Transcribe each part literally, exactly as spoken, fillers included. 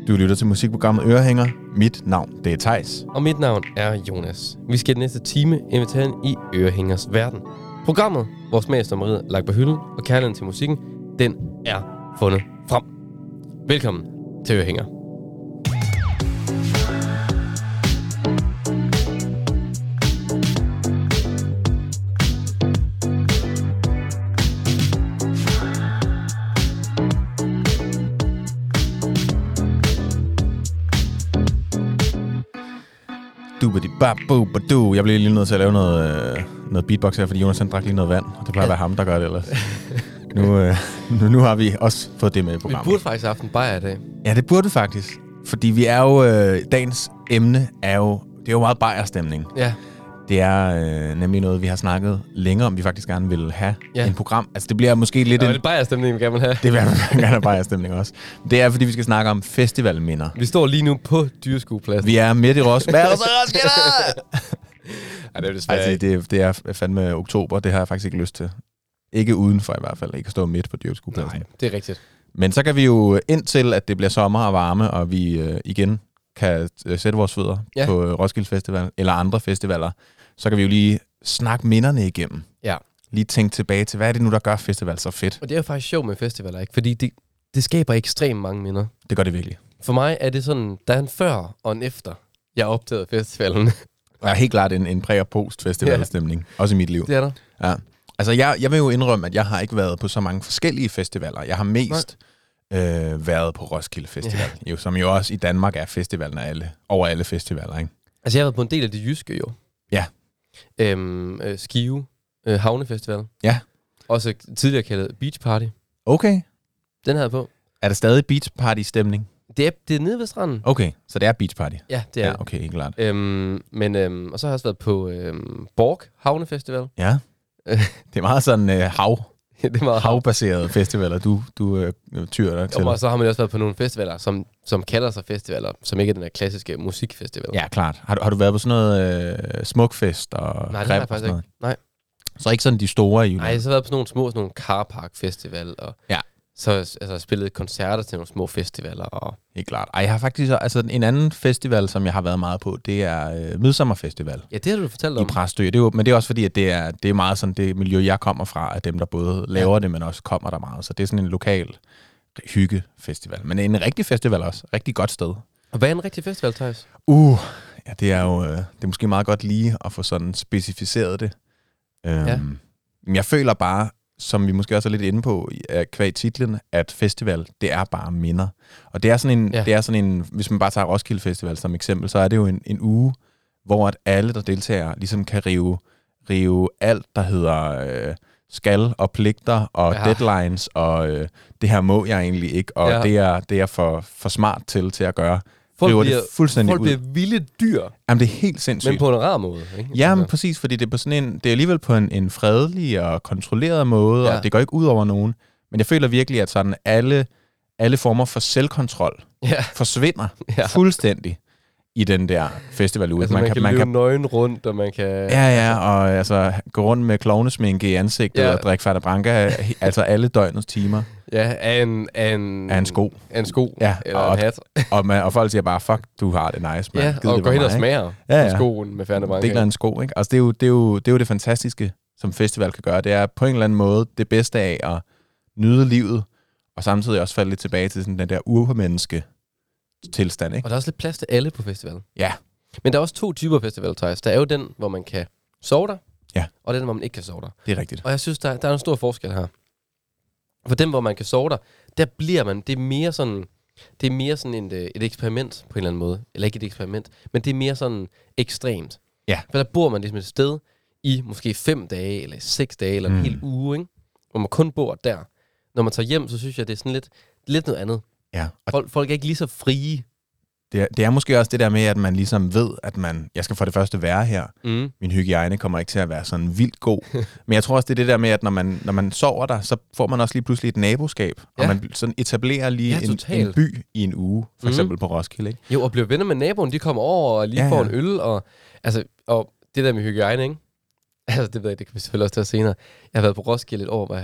Du lytter til musikprogrammet Ørehænger. Mit navn, det er Theis. Og mit navn er Jonas. Vi skal den næste time invitere ind i Ørehængers verden. Programmet, hvor smagsdommeriet er lagt på hylden, og kærligheden til musikken, den er fundet frem. Velkommen til Ørehænger. Du, jeg blev lige nødt til at lave noget, øh, noget beatbox her, fordi Jonas han drak lige noget vand, og det plejer at være ham, der gør det ellers. nu, øh, nu, nu har vi også fået det med i programmet. Vi burde faktisk have haft en bajer i dag. Ja, det burde faktisk. Fordi vi er jo, øh, dagens emne er jo, det er jo meget bajerstemning. Ja. Det er øh, nemlig noget, vi har snakket længere om, vi faktisk gerne vil have ja. en program. Altså det bliver måske lidt... Ja, en... det er bajerstemning, vi gerne vil have. Det vil jeg gerne have bajerstemning også. Det er, fordi vi skal snakke om festivalminder. Vi står lige nu på Dyreskuepladsen. Vi er midt i Roskilde. Hvad er der så, Roskilde? Ja, det er desværre altså, det, det er fandme oktober, det har jeg faktisk ikke lyst til. Ikke udenfor i hvert fald, ikke at stå midt på Dyreskuepladsen. Nej, det er rigtigt. Men så kan vi jo indtil, at det bliver sommer og varme, og vi øh, igen kan øh, sætte vores fødder ja. på øh, Roskilde Festival eller andre festivaler, så kan vi jo lige snakke minderne igennem. Ja. Lige tænke tilbage til, hvad er det nu, der gør festival så fedt? Og det er jo faktisk sjovt med festivaler, ikke? Fordi det, det skaber ekstremt mange minder. Det gør det virkelig. For mig er det sådan, der er en før og en efter, jeg opdagede festivalen. Der er helt klart en, en præ- og post-festivalstemning, ja. også i mit liv. Det er der. Ja. Altså, jeg, jeg vil jo indrømme, at jeg har ikke været på så mange forskellige festivaler. Jeg har mest øh, været på Roskilde Festival, ja. jo, som jo også i Danmark er festivalen af alle, over alle festivaler, ikke? Altså, jeg har været på en del af det jyske, jo. Ja. Øhm, øh, Skive, øh, Havnefestival. Ja. Også tidligere kaldet Beach Party. Okay. Den havde jeg på. Er der stadig beach party-stemning? Det er, det er nede ved stranden. Okay, så det er beach party? Ja, det er ja, okay, helt klart. Øhm, men, øhm, og så har jeg også været på øhm, Borg Havnefestival. Ja. Det er meget sådan øh, hav. det er meget havbaserede festivaler, du, du øh, tyrer dig til. Og så har man også været på nogle festivaler, som, som kalder sig festivaler, som ikke er den her klassiske musikfestival. Ja, klart. Har du, har du været på sådan noget øh, smukfest og Nej, det har jeg faktisk ikke. Nej. Så ikke sådan de store i Jylland? Nej, jeg har været på sådan nogle små, sådan nogle carpark festival, og ja. så altså, spillet koncerter til nogle små festivaler. Og helt klart. Ej, jeg har faktisk, altså en anden festival, som jeg har været meget på, det er øh, Midsommerfestival. Ja, det har du fortalt om. I Præstø. Det er jo, men det er også fordi, at det er, det er meget sådan det miljø, jeg kommer fra, af dem, der både laver ja. det, men også kommer der meget. Så det er sådan en lokal hyggefestival. Men en rigtig festival også. Rigtig godt sted. Og hvad er en rigtig festival, Theis? Uh, ja, det er jo, øh, det er måske meget godt lige at få sådan specificeret det. Øhm, ja. Men jeg føler bare, som vi måske også er lidt inde på kvad titlen, at festival, det er bare minder. Og det er sådan en, ja. det er sådan en, hvis man bare tager Roskilde Festival som eksempel, så er det jo en, en uge, hvor at alle, der deltager, ligesom kan rive, rive alt, der hedder øh, skal og pligter og ja. deadlines, og øh, det her må jeg egentlig ikke, og ja. det er, det er for, for smart til, til at gøre. Folk bliver, folk bliver vilde dyr. Jamen, det er helt sindssygt. Men på en rar måde, ikke? Ja, men præcis, fordi det er, på sådan en, det er alligevel på en, en fredelig og kontrolleret måde, ja. og det går ikke ud over nogen. Men jeg føler virkelig, at sådan alle, alle former for selvkontrol ja. forsvinder ja. fuldstændig i den der festivaluge. Altså, man, man kan, man kan løbe nøgen rundt, og man kan... Ja, ja, og altså, gå rundt med klovnesminke i ansigtet ja. og drikke Fanta Branca, altså alle døgnets timer. Ja, af en, af en, af en sko. Af en sko, ja, eller og, en hat. og, man, og folk siger bare, fuck, du har det nice, man. Ja, Gid og det gå hen mig, og smager ja, ja. på skoen med Fanta Branca. Deler en sko, ikke? Altså, det er, jo, det, er jo, det er jo det fantastiske, som festival kan gøre. Det er på en eller anden måde det bedste af at nyde livet, og samtidig også falde lidt tilbage til sådan den der urmenneske tilstand, ikke? Og der er også lidt plads til alle på festivalen. Ja. Men der er også to typer festival, Theis. Der er jo den, hvor man kan sove der, ja. og den, hvor man ikke kan sove der. Det er rigtigt. Og jeg synes, der, der er en stor forskel her. For den, hvor man kan sove der, der bliver man, det er mere sådan, det er mere sådan et, et eksperiment på en eller anden måde. Eller ikke et eksperiment, men det er mere sådan ekstremt. Ja. For der bor man ligesom et sted i måske fem dage, eller seks dage, eller en mm. hel uge, ikke? Hvor man kun bor der. Når man tager hjem, så synes jeg, det er sådan lidt, lidt noget andet. Ja. Folk, folk er ikke lige så frie. Det er, det er måske også det der med, at man ligesom ved, at man, jeg skal for det første være her. Mm. Min hygiejne kommer ikke til at være sådan vildt god. Men jeg tror også, det er det der med, at når man, når man sover der, så får man også lige pludselig et naboskab. Ja. Og man sådan etablerer lige ja, en, en by i en uge, for mm. eksempel på Roskilde. Ikke? Jo, og bliver venner med naboen, de kommer over og lige ja, får ja. en øl. Og, altså, og det der med hygiejne, ikke? Altså, det ved jeg, det kan vi selvfølgelig også tage senere. Jeg har været på Roskilde et år, hvor jeg har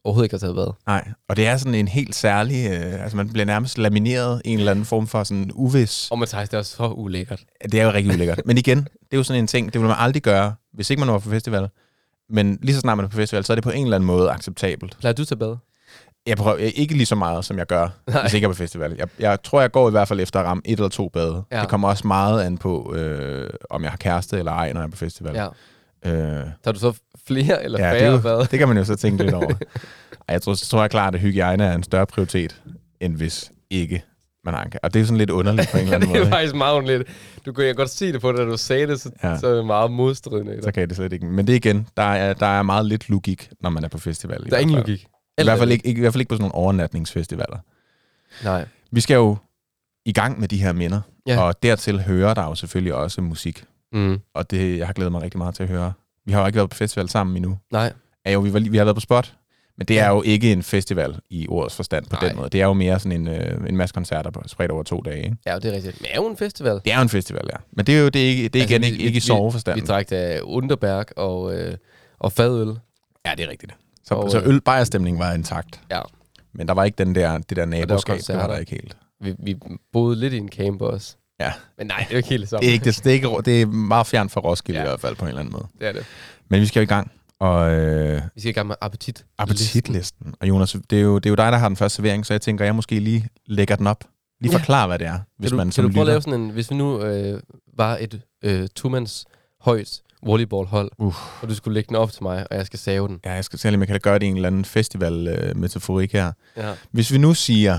overhovedet ikke har taget bad. Nej, og det er sådan en helt særlig... Øh, altså, man bliver nærmest lamineret i en eller anden form for sådan uvis... Og Mathias, det er så ulækkert. Det er jo rigtig ulækkert. Men igen, det er jo sådan en ting, det vil man aldrig gøre, hvis ikke man var på festival. Men lige så snart man er på festival, så er det på en eller anden måde acceptabelt. Plejer du til bad? Jeg prøver ikke lige så meget, som jeg gør, Nej. hvis ikke jeg er på festival. Jeg, jeg tror, jeg går i hvert fald efter at ramme et eller to bade. Ja. Det kommer også meget an på, øh, om jeg har kæreste eller ej, når jeg er på festival. Ja. Øh, Tager du så flere eller ja, færre det, bade? det kan man jo så tænke lidt over. Ej, jeg tror, tror jeg klart, at hygiejne er en større prioritet, end hvis ikke man har en kæreste. Og det er sådan lidt underligt på en eller anden måde. Det er faktisk meget underligt. Du kunne jeg godt se det på det, da du sagde det, så, ja. så er det meget modstridende. Så kan jeg det slet ikke. Men det igen, der er, der er meget lidt logik, når man er på festival. Der er ingen logik. I hvert, fald ikke, ikke, I hvert fald ikke på sådan nogle overnatningsfestivaler. Nej. Vi skal jo i gang med de her minder, ja. og dertil hører der jo selvfølgelig også musik. Mm. Og det, jeg har glædet mig rigtig meget til at høre. Vi har jo ikke været på festival sammen endnu. Nej. Ja, jo, vi, var, vi har været på Spot, men det er jo ikke en festival i ordets forstand på Nej. den måde. Det er jo mere sådan en, øh, en masse koncerter på, spredt over to dage. Ikke? Ja, det er rigtigt. Men det er jo en festival. Det er jo en festival, ja. Men det er jo det er ikke, det er altså, igen vi, ikke, ikke i soveforstanden. Vi drak af Underberg og, øh, og fadøl. Ja, det er rigtigt. Så, og, så øl-bajerstemningen var intakt. Ja. Men der var ikke den der, det der naboskab, det var der ikke helt. Vi, vi boede lidt i en camp også. Ja. Men nej, det er jo ikke helt sammen. Det er, ikke, det, det, er ikke, det er meget fjernt fra Roskilde ja. i hvert fald på en eller anden måde. Det er det. Men vi skal jo i gang. Og, øh, vi skal i gang med appetit. Appetitlisten. Og Jonas, det er, jo, det er jo dig, der har den første servering, så jeg tænker, jeg måske lige lægger den op. Lige forklare, ja. hvad det er, hvis kan du, man som Kan du prøve lytter. at lave sådan en, hvis vi nu øh, var et øh, to-mands højt volleyballhold, uh. og du skulle lægge den op til mig, og jeg skal save den. Ja, jeg skal se, om jeg kan gøre det i en eller anden festival-metaforik her. Ja. Hvis vi nu siger,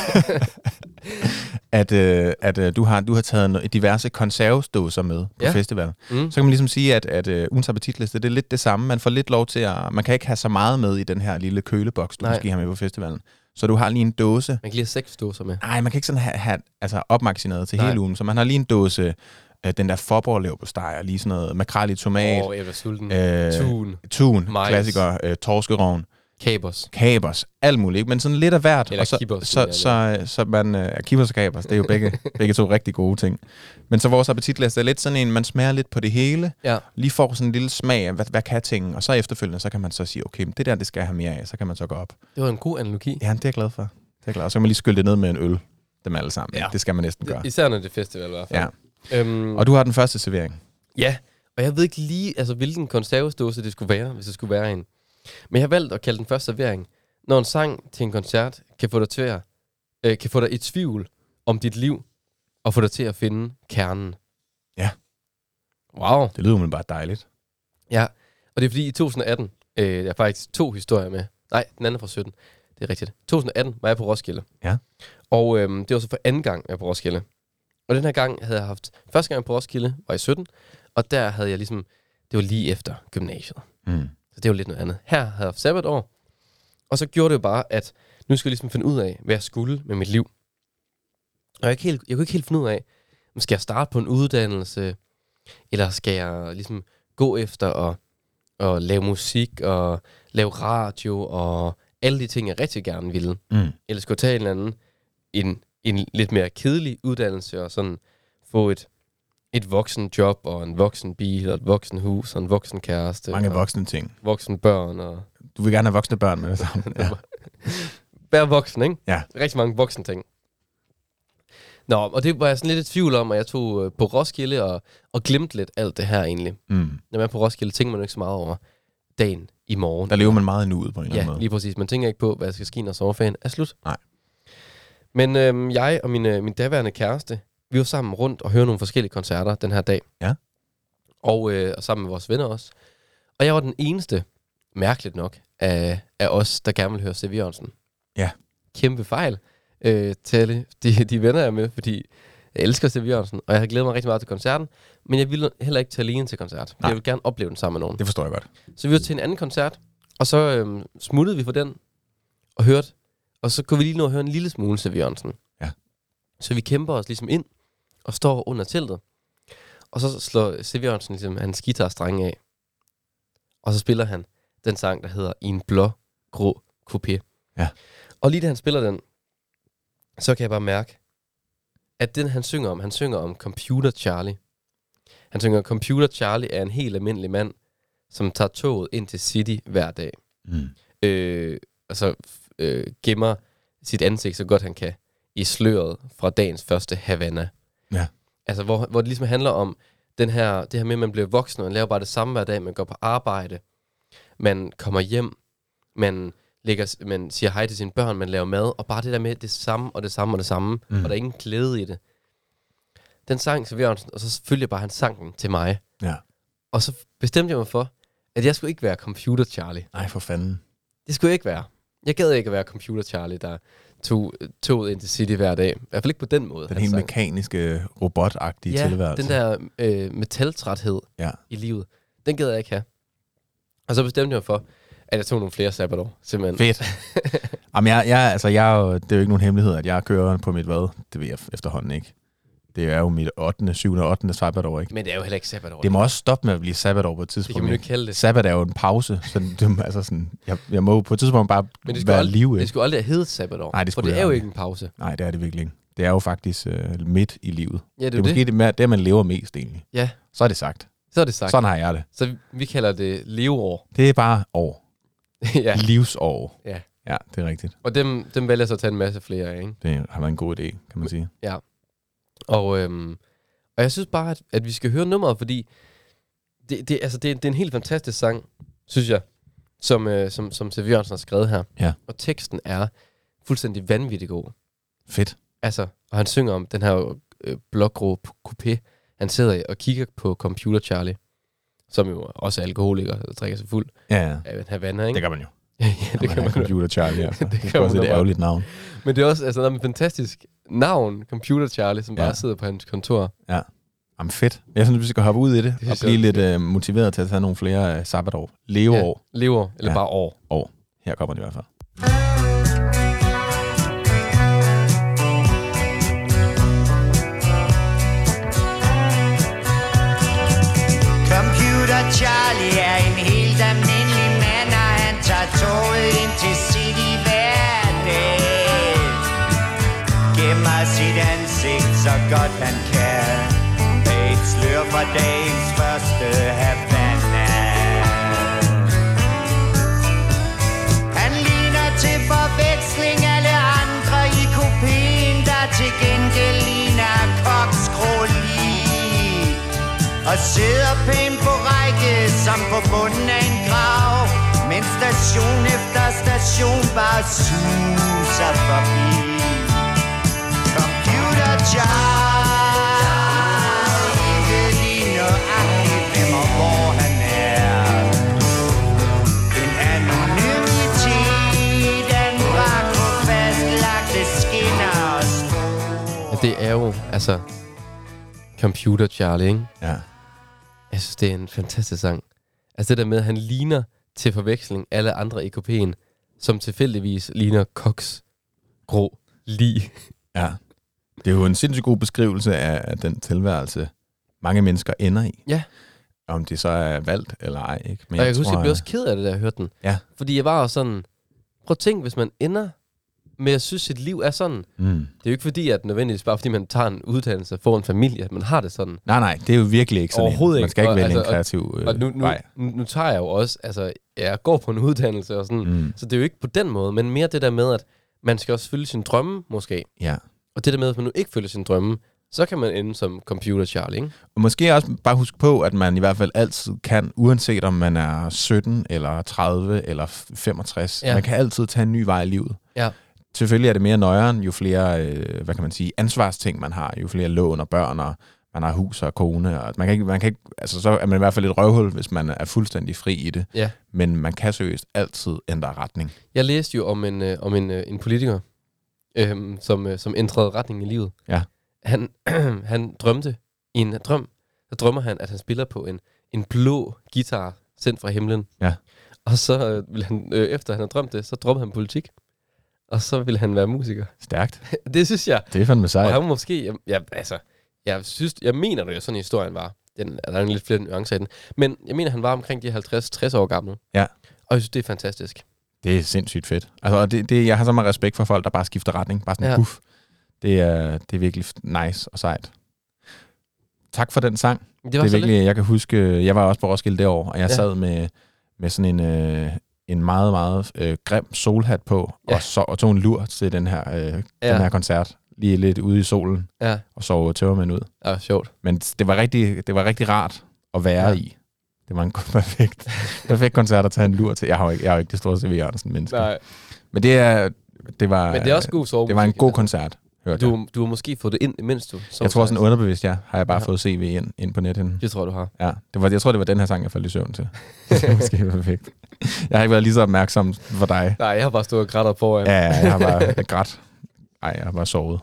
at, øh, at øh, du, har, du har taget diverse konservesdåser med på ja. festival, mm. så kan man ligesom sige, at, at uh, ugens appetitliste, det er lidt det samme. Man får lidt lov til at... Man kan ikke have så meget med i den her lille køleboks, du Nej. måske har med på festivalen. Så du har lige en dåse. Man kan lige have seks dåser med. Nej, man kan ikke sådan have, have altså opmagasineret til Nej. hele ugen. Så man har lige en dåse... Den der forborlev på steg, lige sådan noget makrel i tomat. Åh, oh, jeg var sulten. Øh, tun. Tun, Mais. Klassiker. Øh, torskerovn. Kapers. Kapers. Alt muligt, men sådan lidt af hvert. Eller og så, kibers. Så, så, så, så man... Øh, kibers og kapers, det er jo begge, begge to rigtig gode ting. Men så vores appetitliste er lidt sådan en, man smager lidt på det hele. Ja. Lige får sådan en lille smag af, hvad, hvad kan tingen. Og så efterfølgende, så kan man så sige, okay, det der, det skal jeg have mere af. Så kan man så gå op. Det var en god analogi. Ja, det er jeg glad for. Det er jeg glad. Og så kan man lige skylde det ned med en øl. Dem alle sammen. Ja. Det skal man næsten gøre. Især når det er festival i hvert fald. Ja. Øhm, og du har den første servering. Ja, og jeg ved ikke lige, altså, hvilken konservesdåse det skulle være, hvis det skulle være en. Men jeg har valgt at kalde den første servering, når en sang til en koncert kan få dig til at, øh, kan få dig i tvivl om dit liv, og få dig til at finde kernen. Ja. Wow. Det lyder jo bare dejligt. Ja, og det er fordi i to tusind atten, øh, jeg har faktisk to historier med. Nej, den anden fra sytten. Det er rigtigt. to tusind atten var jeg på Roskilde. Ja. Og øh, det var så for anden gang, jeg var på Roskilde. Og den her gang havde jeg haft... Første gang på Roskilde var i sytten, og der havde jeg ligesom... Det var lige efter gymnasiet. Mm. Så det var lidt noget andet. Her havde jeg haft sabbatår, og så gjorde det jo bare, at nu skulle jeg ligesom finde ud af, hvad jeg skulle med mit liv. Og jeg, helt, jeg kunne ikke helt finde ud af, skal jeg starte på en uddannelse, eller skal jeg ligesom gå efter at, at lave musik, og lave radio, og alle de ting, jeg rigtig gerne ville. Mm. Eller skulle jeg tage en eller anden... En, en lidt mere kedelig uddannelse, og sådan få et, et voksen job, og en voksen bil, og et voksen hus, og en voksen kæreste. Mange voksne ting. Voksen børn. Og du vil gerne have voksne børn med det samme. Ja. Være voksen, ikke? Ja. Rigtig mange voksne ting. Nå, og det var jeg sådan lidt i tvivl om, at jeg tog øh, på Roskilde, og, og glemte lidt alt det her egentlig. Mm. Når man er på Roskilde, tænker man jo ikke så meget over dagen i morgen. Der lever man meget nu ud på en eller anden ja, måde. Ja, lige præcis. Man tænker ikke på, hvad der skal ske, når sommerferien er slut. Nej. Men øhm, jeg og min, øh, min daværende kæreste, vi var sammen rundt og hørte nogle forskellige koncerter den her dag. Ja. Og, øh, og sammen med vores venner også. Og jeg var den eneste, mærkeligt nok, af, af os, der gerne ville høre Stevie Jørgensen. Ja. Kæmpe fejl øh, til de, de venner, jeg er med, fordi jeg elsker Stevie Jørgensen, og jeg har glædet mig rigtig meget til koncerten. Men jeg ville heller ikke tage alene til koncert. Nej. Jeg ville gerne opleve den sammen med nogen. Det forstår jeg godt. Så vi var til en anden koncert, og så øh, smuttede vi for den og hørte. Og så kunne vi lige nå at høre en lille smule Stevie Jørgensen. Ja. Så vi kæmper os ligesom ind og står under teltet. Og så slår Stevie Jørgensen ligesom hans guitarstrenge af. Og så spiller han den sang, der hedder I en blå, grå coupé. Ja. Og lige da han spiller den, så kan jeg bare mærke, at den han synger om, han synger om Computer Charlie. Han synger, Computer Charlie er en helt almindelig mand, som tager toget ind til City hver dag. Mm. Øh, altså, øh, gemmer sit ansigt så godt han kan i sløret fra dagens første Havana. Ja. Altså, hvor, hvor det ligesom handler om den her, det her med, at man bliver voksen, og man laver bare det samme hver dag, man går på arbejde, man kommer hjem, man, lægger, man siger hej til sine børn, man laver mad, og bare det der med det samme, og det samme, og det samme, mm. og der er ingen glæde i det. Den sang til Jørgensen, og så følte jeg bare, han sang den til mig. Ja. Og så bestemte jeg mig for, at jeg skulle ikke være Computer Charlie. Nej, for fanden. Det skulle jeg ikke være. Jeg gad ikke at være Computer Charlie, der tog toget ind til City hver dag. I hvert fald ikke på den måde. Den helt sang. Mekaniske, robotagtige ja, tilværelse. den der øh, metaltræthed ja. i livet. Den gad jeg ikke have. Og så bestemte jeg mig for, at jeg tog nogle flere sabbatår. Simpelthen. Fedt. Jamen, jeg, jeg, altså, jeg, det er jo ikke nogen hemmelighed, at jeg kører på mit hvad. Det ved jeg efterhånden ikke. Det er jo mit ottende, syvende og ottende sabbatår, ikke? Men det er jo heller ikke sabbatår. Det må også stoppe med at blive sabbatår på et tidspunkt. Det kan man jo ikke kalde det. Sabbat er jo en pause. Så det, altså sådan, jeg, jeg må på et tidspunkt bare være aldrig, liv. Det skulle aldrig have heddet sabbatår. Nej, det for det er jo ikke en pause. Nej, det er det virkelig ikke. Det er jo faktisk øh, midt i livet. Ja, det er, det er måske det, det, det, man lever mest egentlig. Ja. Så er det sagt. Så er det sagt. Sådan har jeg det. Så vi kalder det leveår. Det er bare år. ja. Livsår. Ja. Ja, det er rigtigt. Og dem, dem vælger så at tage en masse flere af, ikke? Det har været en god idé, kan man sige. Ja. Og, øhm, og jeg synes bare, at, at vi skal høre nummeret, fordi det, det, altså, det, det er en helt fantastisk sang, synes jeg, som, øh, som, som C V Jørgensen har skrevet her. Ja. Og teksten er fuldstændig vanvittig god. Fedt. Altså, og han synger om den her øh, blågrå coupé, han sidder i og kigger på Computer Charlie, som jo også er alkoholiker, og drikker sig fuld ja, ja. af Havana, ikke? Det gør man jo. ja, det man kan man Computer Charlie, altså. det, det kan er også man et ærgerligt navn. Men det er også altså, der er et fantastisk navn, Computer Charlie, som ja. bare sidder på hans kontor. Ja. Jamen fedt. Jeg synes, vi skal hoppe ud i det, det og blive lidt uh, motiveret til at tage nogle flere uh, sabbatår. Leveår. Ja, leveår, eller ja. bare år. År. Her kommer det i hvert fald. Computer Charlie er en helt almindelig mand, og han tager toget ind til City hver dag. Gemmer sit ansigt så godt han kan, med et slør fra dagens første Havana. Han ligner til forveksling alle andre i kopien, der til gengæld ligner Koks grå lig, og sidder pænt på række som på bunden af en grav, mens station efter station bare suser forbi. Computer Charlie ved lige nøjagtigt hvem og hvor han er. En anonymitet, den var på fastlagte skinner og spor. Ja, det er jo, altså, Computer Charlie, ikke? Ja. Jeg synes, det er en fantastisk sang. Altså det der med, at han ligner til forveksling alle andre i kopien, som tilfældigvis ligner Koks grå lig. Ja. Det er jo en sindssygt god beskrivelse af den tilværelse, mange mennesker ender i. Ja. Om det så er valgt eller ej, ikke? Men og jeg, jeg kan huske, jeg blev også ked af det, da jeg hørte den. Ja. Fordi jeg var også sådan, prøv at tænke, hvis man ender med at synes, sit liv er sådan. Mm. Det er jo ikke fordi, at nødvendigvis bare fordi man tager en uddannelse og får en familie, at man har det sådan. Nej, nej, det er jo virkelig ikke sådan. Overhovedet en. Man skal ikke og, vælge altså, en kreativ øh, og nu, nu, vej. Nu, nu tager jeg jo også, altså, jeg går på en uddannelse og sådan, Mm. så det er jo ikke på den måde, men mere det der med, at man skal også følge sin drømme, måske. Ja. Og det der med, at man nu ikke følger sin drømme, så kan man ende som Computer Charlie, ikke? Og måske også bare huske på, at man i hvert fald altid kan, uanset om man er sytten, eller tredive, eller femogtres, Ja. man kan altid tage en ny vej i livet. Ja. Selvfølgelig er det mere nøjeren, jo flere, øh, hvad kan man sige, ansvarsting man har, jo flere lån og børn, og man har hus og kone, og man kan ikke, man kan ikke, altså så er man i hvert fald et røvhul, hvis man er fuldstændig fri i det. Ja. Men man kan seriøst altid ændre retning. Jeg læste jo om en, øh, om en, øh, en politiker, øh, som, øh, som ændrede retning i livet. Ja. Han, han drømte i en drøm, så drømmer han, at han spiller på en, en blå guitar sendt fra himlen. Ja. Og så øh, ville han, øh, efter han havde drømt det, så droppede han politik. Og så ville han være musiker. Stærkt. Det synes jeg. Det er fandme sejt. Og han måske, jeg, jeg, altså, jeg synes, jeg mener det jo sådan, historien var. Den, der er lidt flere nuancer i den. Men jeg mener, han var omkring de halvtreds til tres år gammel. Ja. Og jeg synes, det er fantastisk. Det er sindssygt fedt. Altså, og det, det, jeg har så meget respekt for folk, der bare skifter retning. Bare sådan, Ja. puff. Det er, det er virkelig nice og sejt. Tak for den sang. Det Det var er så virkelig, jeg kan huske, jeg var også på Roskilde det år, og jeg Ja. sad med, med sådan en, øh, en meget, meget øh, grim solhat på, Ja. og, så, og tog en lur til den her, øh, Ja. den her koncert. Lige lidt ude i solen, Ja, og sov tømmermænd ud. ja sjovt. Men det var rigtig, det var rigtig rart at være Ja. i. Det var en perfekt, perfekt koncert at tage en lur til. Jeg har jo ikke, jeg har jo ikke det store C V Jørgensen menneske. Nej, Men det er, det var, men det er også god sovemusik. det var en god koncert, hørte jeg. Du, du har måske fået det ind, imens du sov. Jeg tror sådan underbevidst, ja, har jeg bare Ja. fået C V ind, ind på nettet. Det tror jeg, du har. Ja, det var, jeg tror, det var den her sang, jeg faldt i søvn til. Det er måske perfekt. Jeg har ikke været lige så opmærksom for dig. Nej, jeg har bare stået og grædt foran. Ja, ja, jeg har bare jeg grædt. Ej, jeg har bare sovet.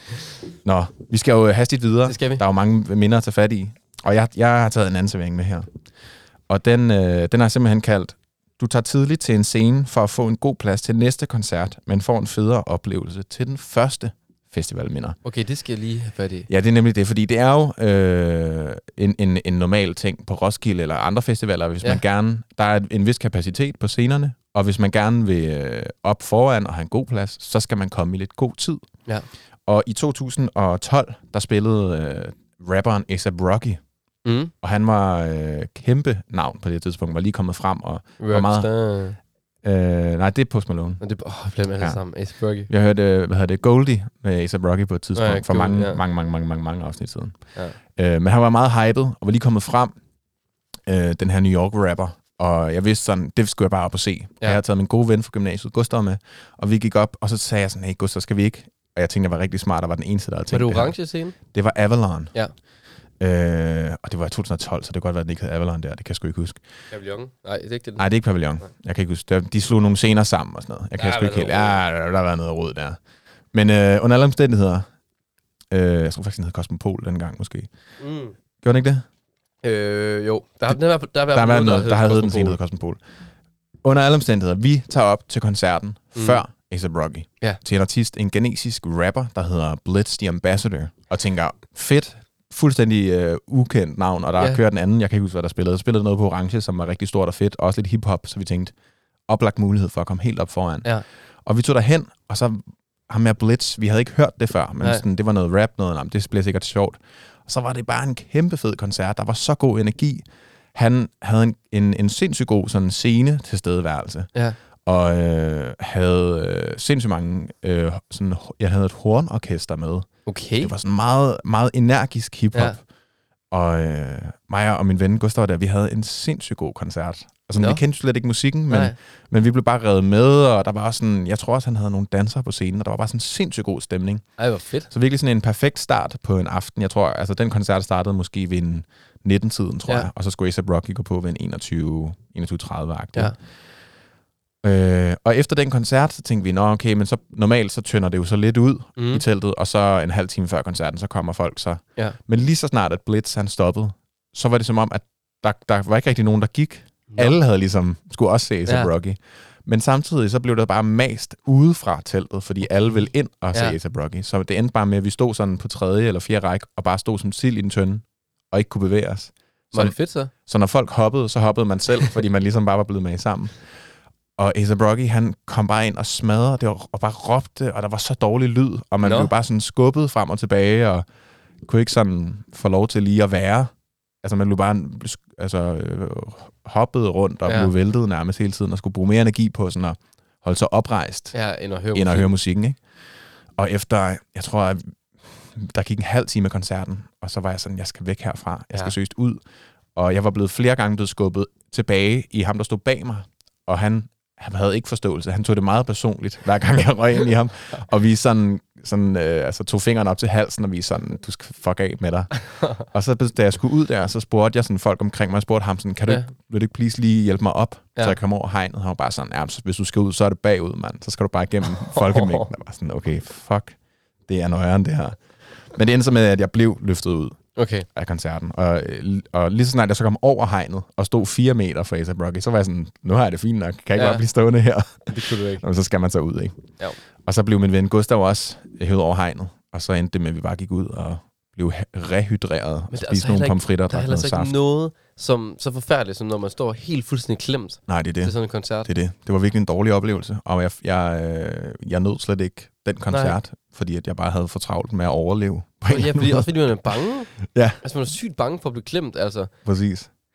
Nå, vi skal jo hastigt videre. Det skal vi. Der er jo mange minder at tage fat i. Og jeg, jeg har taget en anden servering med her. Og den, øh, den har jeg simpelthen kaldt, du tager tidligt til en scene for at få en god plads til næste koncert, men får en federe oplevelse til den første festivalminder. Okay, det skal jeg lige have fat i. Ja, det er nemlig det, fordi det er jo øh, en, en, en normal ting på Roskilde eller andre festivaler, hvis Ja. man gerne, der er en vis kapacitet på scenerne, og hvis man gerne vil øh, op foran og have en god plads, så skal man komme i lidt god tid. Ja. Og i to tusind og tolv, der spillede øh, rapperen A$AP Rocky, Mm. og han var øh, kæmpe navn på det tidspunkt, var lige kommet frem, og var meget... Rockstar. Øh, nej, det er Post Malone. Men det, åh, jeg bliver med alle Ja. sammen. A$AP Rocky. Jeg hørte, øh, hvad hedder det, Goldie med A$AP Rocky på et tidspunkt, Ja, ja, for Goldie, mange, ja. mange, mange, mange, mange, mange afsnit siden. Ja. Øh, men han var meget hyped, og var lige kommet frem, øh, den her New York-rapper. Og jeg vidste sådan, det skulle jeg bare op og se. Ja. Jeg havde taget min gode ven fra gymnasiet, Gustav, med, og vi gik op, og så sagde jeg sådan, hey Gustav, skal vi ikke? Og jeg tænkte, jeg var rigtig smart, og var den eneste, der havde Var tænkt det her. orange scene? Det var Avalon. Ja. Øh, og det var i to tusind og tolv, så det kan godt være, at den ikke hed Avalon der. Det kan jeg sgu ikke huske. Pavillon? Nej, det er ikke det. Nej, det er ikke Pavillon. Jeg kan ikke huske. Der- De slog nogle scener sammen og sådan noget. Jeg kan Der sgu har ikke helt... været Ja, der, der var noget råd der. Men øh, under alle omstændigheder... Øh, jeg tror faktisk, den hed Cosmopol dengang, måske. Mm. Gjorde den ikke det? Øh, jo. Der har, der, har, der, har Der, været der, noget, der havde den Cosmopol. scene, der Cosmopol. Under alle omstændigheder, vi tager op til koncerten Mm. mm. før A$AP Rocky. Ja. Til en artist, en genesisk rapper, der hedder Blitz the Ambassador. Og tænker, fedt, fuldstændig øh, ukendt navn, og der Ja. har kørt en anden, jeg kan ikke huske, hvad der spillede. Der spillede noget på Orange, som var rigtig stort og fedt, og også lidt hiphop, så vi tænkte, oplagt mulighed for at komme helt op foran. Ja. Og vi tog derhen, og så ham med Blitz, vi havde ikke hørt det før, men Nej. sådan, det var noget rap, noget, jamen, det bliver sikkert sjovt. Og så var det bare en kæmpe fed koncert, der var så god energi. Han havde en, en, en sindssygt god sådan scene tilstedeværelse, Ja. og øh, havde øh, sindssygt mange, øh, sådan, jeg havde et hornorkester med. Okay. Det var sådan meget, meget energisk hiphop. Ja. Og øh, mig og min ven Gustav der, vi havde en sindssygt god koncert. Altså, Nå. vi kendte slet ikke musikken, men, Nej. men vi blev bare revet med, og der var også sådan, jeg tror også, han havde nogle dansere på scenen, og der var bare sådan en sindssygt god stemning. Ej, hvor fedt. Så virkelig sådan en perfekt start på en aften. Jeg tror, altså den koncert startede måske ved en nitten-tiden, tror Ja. ja. jeg, og så skulle A$AP Rocky gå på ved en enogtyve tredive-agtig. Ja. Øh, og efter den koncert, så tænkte vi, nå okay, men så normalt så tynder det jo så lidt ud Mm. mm. i teltet, og så en halv time før koncerten, så kommer folk så. Ja. Men lige så snart, at Blitz han stoppede, så var det som om, at der, der var ikke rigtig nogen, der gik. Nå. Alle havde ligesom, skulle også se A$AP Ja. Rocky. Men samtidig så blev der bare mast ude fra teltet, fordi alle ville ind og se Ja. A$AP Rocky. Så det endte bare med, at vi stod sådan på tredje eller fjerde række, og bare stod som sild i den tønde, og ikke kunne bevæge os. Var Så, det fedt så? så når folk hoppede, så hoppede man selv, fordi man ligesom bare var blevet med sammen. Og A$AP Rocky, han kom bare ind og smadrede det, og, og bare råbte, og der var så dårlig lyd, og man Nå. blev bare sådan skubbet frem og tilbage, og kunne ikke sådan få lov til lige at være. Altså man blev bare altså, øh, hoppet rundt og Ja. blev væltet nærmest hele tiden, og skulle bruge mere energi på sådan at holde sig oprejst, Ja, end at høre end at musik. høre musikken, ikke? Og efter, jeg tror, at der gik en halv time af koncerten, og så var jeg sådan, jeg skal væk herfra, jeg skal Ja. søgt ud. Og jeg var blevet flere gange blevet skubbet tilbage i ham, der stod bag mig, og han, han havde ikke forståelse. Han tog det meget personligt, hver gang jeg røg ind i ham. Og vi sådan, sådan øh, altså, tog fingrene op til halsen, og vi sådan, du skal fuck af med dig. Og så da jeg skulle ud der, så spurgte jeg sådan folk omkring mig, og spurgte ham sådan, kan du, Ja. ja. vil du ikke please lige hjælpe mig op, Ja. så jeg kommer over hegnet? Han var bare sådan, ja, så hvis du skal ud, så er det bagud, mand. Så skal du bare igennem folkemængden. Jeg var sådan, okay, fuck, det er nøjeren det her. Men det endte så med, at jeg blev løftet ud Okay. af koncerten. Og, og lige så snart jeg så kom over hegnet og stod fire meter fra A$AP Rocky, så var jeg sådan, nu har jeg det fint nok. Kan jeg ikke Ja. bare blive stående her? Det kunne du ikke. Og så skal man så ud, ikke? Jo. Og så blev min ven Gustav også hævet over hegnet. Og så endte det med, at vi bare gik ud og blev rehydreret og der er spiste altså nogle heller ikke- pomfritter og Der er drak heller noget ikke saft. noget som, så forfærdeligt, som når man står helt fuldstændig klemt Nej, det er til det. sådan en koncert. Det er det. Det var virkelig en dårlig oplevelse. Og jeg, jeg, øh, jeg nød slet ikke den koncert, Nej. fordi at jeg bare havde for travlt med at overleve. Ja, fordi, også fordi man er bange. Ja. Altså, man er sygt bange for at blive klemt, altså. Præcis.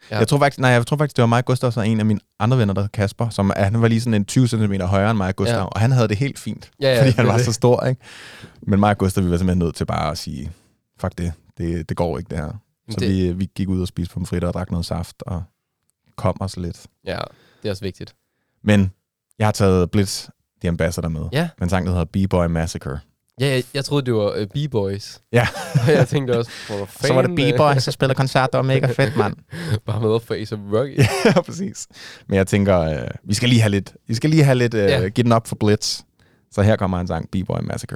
Ja. Jeg tror faktisk, nej, jeg tror faktisk, det var mig og Gustav, så en af mine andre venner, der hed Kasper, som han var lige sådan en tyve centimeter højere end mig og Gustav, ja. Og han havde det helt fint, ja, ja, fordi han var det. så stor, ikke? Men mig og Gustav, vi var simpelthen nødt til bare at sige, fuck det, det, det går ikke det her. Så det... vi, vi gik ud og spiste pomfritter og drak noget saft og kom os lidt. Ja, det er også vigtigt. Men jeg har taget Blitz, The Ambassador med, ja. med en sang, der hedder B-Boy Massacre. Ja, jeg, jeg troede, det var uh, B-Boys. Ja. Jeg tænkte også, hvor fan, så var det B-Boy, så spillede koncert, det var mega fedt, mand. Bare med op for A$AP Rocky. Ja, præcis. Men jeg tænker, øh, vi skal lige have lidt, vi skal lige have lidt, øh, ja. Give den op for Blitz. Så her kommer en sang, B-Boy Massacre.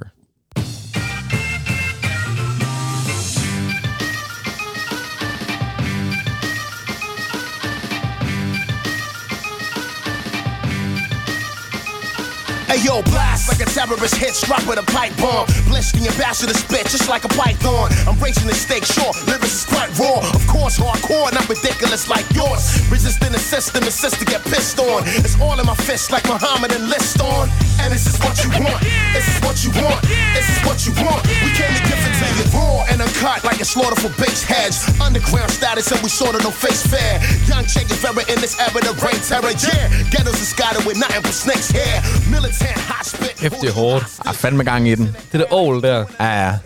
Hey yo, blast like a terrorist hit, struck with a pipe bomb. Blitz the ambassador spit just like a python. I'm raising the stakes, sure, lyrics is quite raw. Of course, hardcore, not ridiculous like yours. Resisting the system, insist to get pissed on. It's all in my fist like Muhammad and list on. And this is what you want, this is what you want, this is what you want. We came to give it to you raw and uncut like a slaughter for base heads. Underground status and we sort of no face fair. Young Che Guevara in this era to reign terror, yeah. Ghettos is scattered with nothing but snakes hair. Military. Kæft, det er hårdt. Jeg fandme gang i den. Det der ål der. Ja, ja.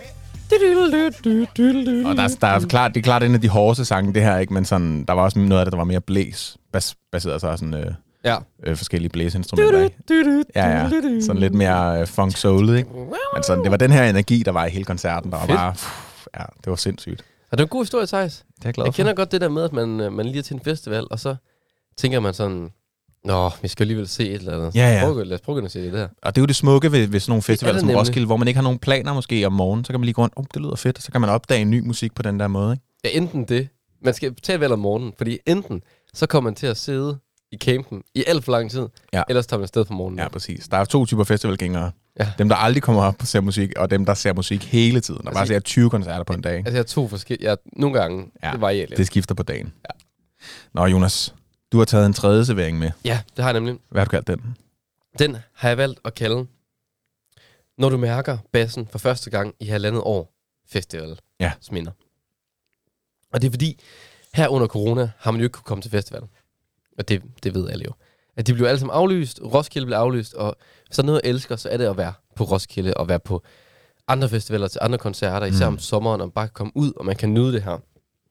Og der, der er klart, det er klart en af de hårdeste sange, det her, ikke? Men sådan, der var også noget af det, der var mere blæs. Bas, baseret så sådan øh, ja. øh, forskellige blæseinstrumenter, ikke? Ja, ja. Sådan lidt mere øh, funk soul, ikke? Men sådan, det var den her energi, der var i hele koncerten, der var bare... Pff, ja, det var sindssygt. Og det er en god historie, Theis. Det er jeg glad Jeg for. kender godt det der med, at man, man lige er til en festival, og så tænker man sådan... Nå, vi skal alligevel se et eller andet. Ja, ja. Prøv, lad os prøve at se det der. Og det er jo det smukke ved, ved sådan nogle festivaler som nemlig. Roskilde, hvor man ikke har nogen planer måske om morgenen, så kan man lige gå rundt, oh, det lyder fedt, og så kan man opdage ny musik på den der måde, ikke? Ja, enten det. Man skal tage vel om morgenen, fordi enten så kommer man til at sidde i campen i alt for lang tid, ja. Ellers tager man afsted på morgenen. Ja, præcis. Der er to typer festivalgængere. Ja. Dem, der aldrig kommer op og ser musik, og dem, der ser musik hele tiden, og altså, bare ser tyve koncerter på en dag. Altså, jeg har to forskellige... Jeg, nogle gange, ja, det varierer lidt. Det skifter på dagen. Ja. Nå, Jonas, du har taget en tredje servering med. Ja, det har jeg nemlig. Hvad har du kaldt den? Den har jeg valgt at kalde, når du mærker bassen for første gang i halvandet år, festival ja. sminder. Og det er fordi, her under corona har man jo ikke kunne komme til festival. Og det, det ved alle jo. At de blev alle sammen aflyst, Roskilde blev aflyst, og hvis der er noget, jeg elsker, så er det at være på Roskilde, og være på andre festivaler, til andre koncerter, især mm. om sommeren, og man bare kan komme ud, og man kan nyde det her.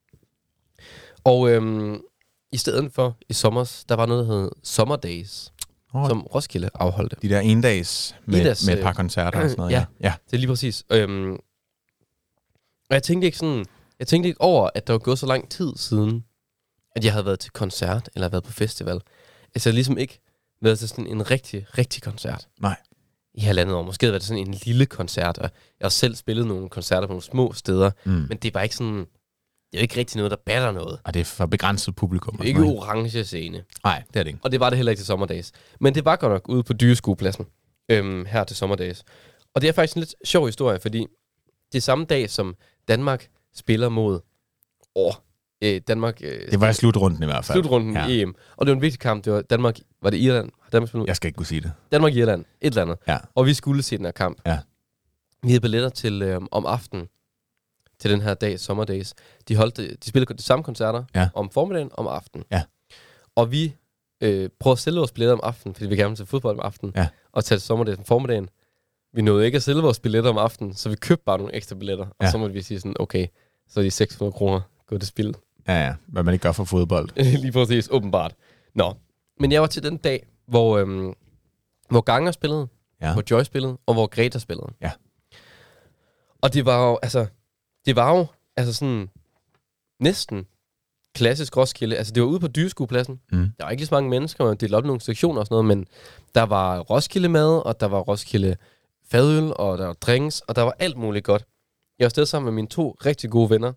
Og øhm, i stedet for i sommer, der var noget, der hed Summer Days, oh. som Roskilde afholdte. De der endags med, Endags, med et par koncerter og sådan noget. Ja, ja. det er lige præcis. Øhm, og jeg tænkte ikke sådan, jeg tænkte ikke over, at der var gået så lang tid siden, at jeg havde været til koncert, eller været på festival. Altså jeg havde ligesom ikke været til sådan en rigtig, rigtig koncert. Nej. I halvandet år. Måske havde det sådan en lille koncert, og jeg har selv spillet nogle koncerter på nogle små steder, mm. men det er bare ikke sådan, det er jo ikke rigtig noget, der batter noget. Og det er for begrænset publikum. Det er ikke orange scene. Nej, det er det ikke. Og det var det heller ikke til Sommerdays. Men det var godt nok ude på Dyreskuepladsen, øhm, her til Sommerdays. Og det er faktisk en lidt sjov historie, fordi det er samme dag, som Danmark spiller mod åh, øh, Danmark... Øh, det var i slutrunden i hvert fald. Slutrunden ja. i E M. Og det var en vigtig kamp. Det var Danmark... Var det Irland? Danmark spillet? Jeg skal ikke kunne sige det. Danmark-Irland. Et eller andet. Ja. Og vi skulle se den her kamp. Ja. Vi havde billetter til øh, om aftenen til den her dag, Sommerdays. De, holdt, de spillede de samme koncerter ja. om formiddagen om aftenen. Ja. Og vi øh, prøvede at sælge vores billetter om aftenen, fordi vi gerne ville til fodbold om aftenen. Ja. Og tage til Sommerdays om formiddagen. Vi nåede ikke at sælge vores billetter om aftenen, så vi købte bare nogle ekstra billetter. Og ja. så måtte vi sige sådan, okay, så er de seks hundrede kroner gået til spil. Ja, ja. Hvad man ikke gør for fodbold. Lige præcis, åbenbart. Nå, men jeg var til den dag, hvor, øhm, hvor Ganger spillede, ja. hvor Joy spillede, og hvor Greta spillede. Ja. Og det var jo, altså, det var jo, altså sådan, næsten klassisk Roskilde. Altså, det var ude på Dyreskuepladsen. Mm. Der var ikke lige så mange mennesker, man delte op nogle sektioner og sådan noget, men der var Roskilde mad, og der var Roskilde fadøl, og der var drinks, og der var alt muligt godt. Jeg var afsted sammen med mine to rigtig gode venner.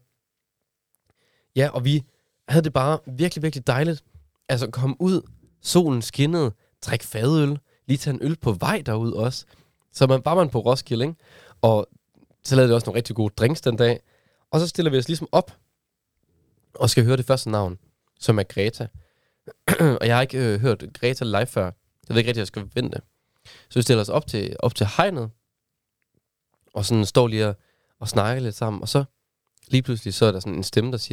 Ja, og vi havde det bare virkelig, virkelig dejligt. Altså, komme ud, solen skinnede, drikke fadøl, lige tage en øl på vej derud også. Så man var man på Roskilde, ikke? Og så lavede det også nogle rigtig gode drinks den dag. Og så stiller vi os ligesom op, og skal høre det første navn, som er Greta. Og jeg har ikke øh, hørt Greta live før. Jeg ved ikke rigtig, jeg skal vente. Så vi stiller os op til, op til hegnet, og sådan står lige og, og snakker lidt sammen. Og så lige pludselig, så er der sådan en stemme, der siger, at nu,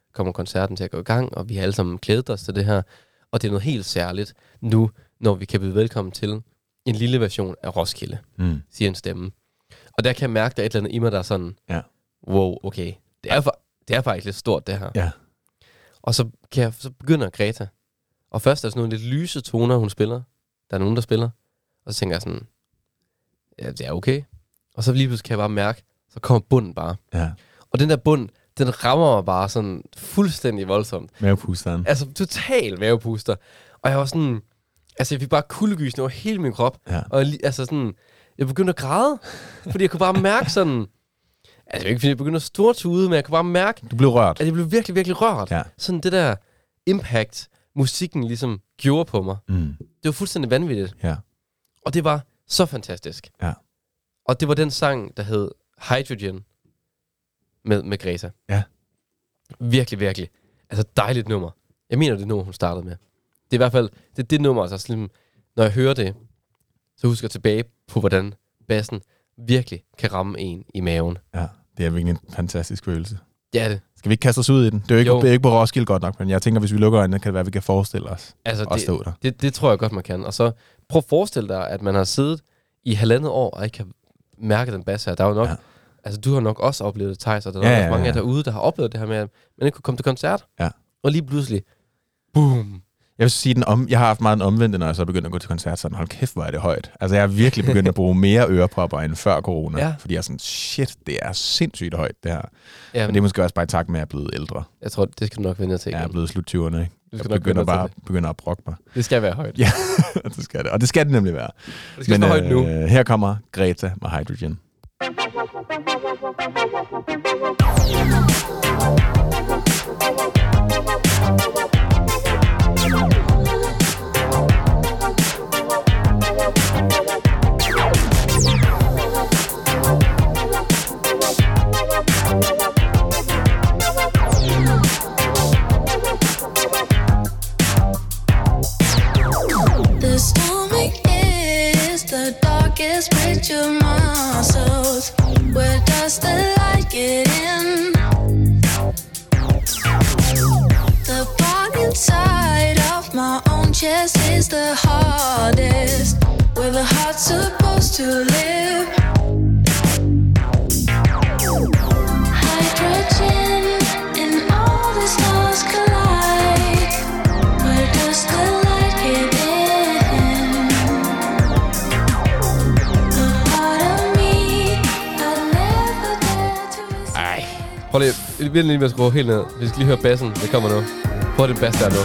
kommer koncerten til at gå i gang, og vi har alle sammen glædet os til det her. Og det er noget helt særligt nu, når vi kan byde velkommen til en lille version af Roskilde, mm. siger en stemme. Og der kan jeg mærke, der er et eller andet i mig, der er sådan, ja. wow, okay, det er, for, det er faktisk lidt stort, det her. Ja. Og så, kan jeg, så begynder Greta. Og først er der sådan nogle lidt lyse toner, hun spiller. Der er nogen, der spiller. Og så tænker jeg sådan, ja, det er okay. Og så lige pludselig kan jeg bare mærke, så kommer bunden bare. Ja. Og den der bund, den rammer mig bare sådan fuldstændig voldsomt. Mavepusteren. Altså total mavepuster. Og jeg var sådan, altså jeg fik bare kuldegysning over hele min krop. Ja. Og jeg, altså sådan, jeg begyndte at græde. Fordi jeg kunne bare mærke sådan, altså ikke fordi jeg begyndte at stortude, men jeg kunne bare mærke, du blev rørt. at jeg blev virkelig, virkelig rørt. Ja. Sådan det der impact, musikken ligesom gjorde på mig. Mm. Det var fuldstændig vanvittigt. Ja. Og det var så fantastisk. Ja. Og det var den sang, der hed Hydrogen med, med Greta. Ja. Virkelig, virkelig. Altså dejligt nummer. Jeg mener, det nummer, hun startede med. Det er i hvert fald, det er det nummer, altså sådan, når jeg hører det, så husker jeg tilbage på, hvordan bassen virkelig kan ramme en i maven. Ja, det er virkelig en fantastisk følelse. Det er det. Skal vi ikke kaste os ud i den? Det er jo ikke, Jo. det er ikke på Roskilde godt nok, men jeg tænker, hvis vi lukker øjnene, kan det være, at vi kan forestille os Altså, at stå der. det, det, det tror jeg godt, man kan. Og så prøv at forestille dig, at man har siddet i halvandet år, og ikke kan mærke den bass her. Der er jo nok, Ja. altså du har nok også oplevet det, Thijs, og der er Ja, nok ja, også mange af ja. jer derude, der har oplevet det her med, at man ikke kunne komme til koncert. Ja. Og lige pludselig, boom. Jeg vil sige, den om, jeg har haft meget en omvendte, når jeg så er begyndt at gå til koncert, sådan, hold kæft, hvor er det højt. Altså, jeg har virkelig begyndt at bruge mere ørepropper end før corona, Ja. fordi jeg er sådan, shit, det er sindssygt højt, det her. Ja, Men det er måske også bare i takt med, at jeg er blevet ældre. jeg tror, det skal du nok vende dig til Jeg er igen. blevet slut tyverne, ikke? Du Jeg skal nok begynder vende dig bare til begynder at brokke mig. det. Det skal være højt. Ja, det skal det. Og det skal det nemlig være. Det skal stå højt nu. her kommer Greta med Hydrogen. The stomach is the darkest bridge of my soul. Where does the light get in? The part inside of my own chest is the hardest. Where the heart's supposed to live. Hydrogen and all the stars collide. Where does the light get in? The part of me I never dare to escape. Ej. Prøv lige, vi bliver lige med at skrue helt ned. Vi skal lige høre bassen. Det kommer nu. Prøv den bass der nu.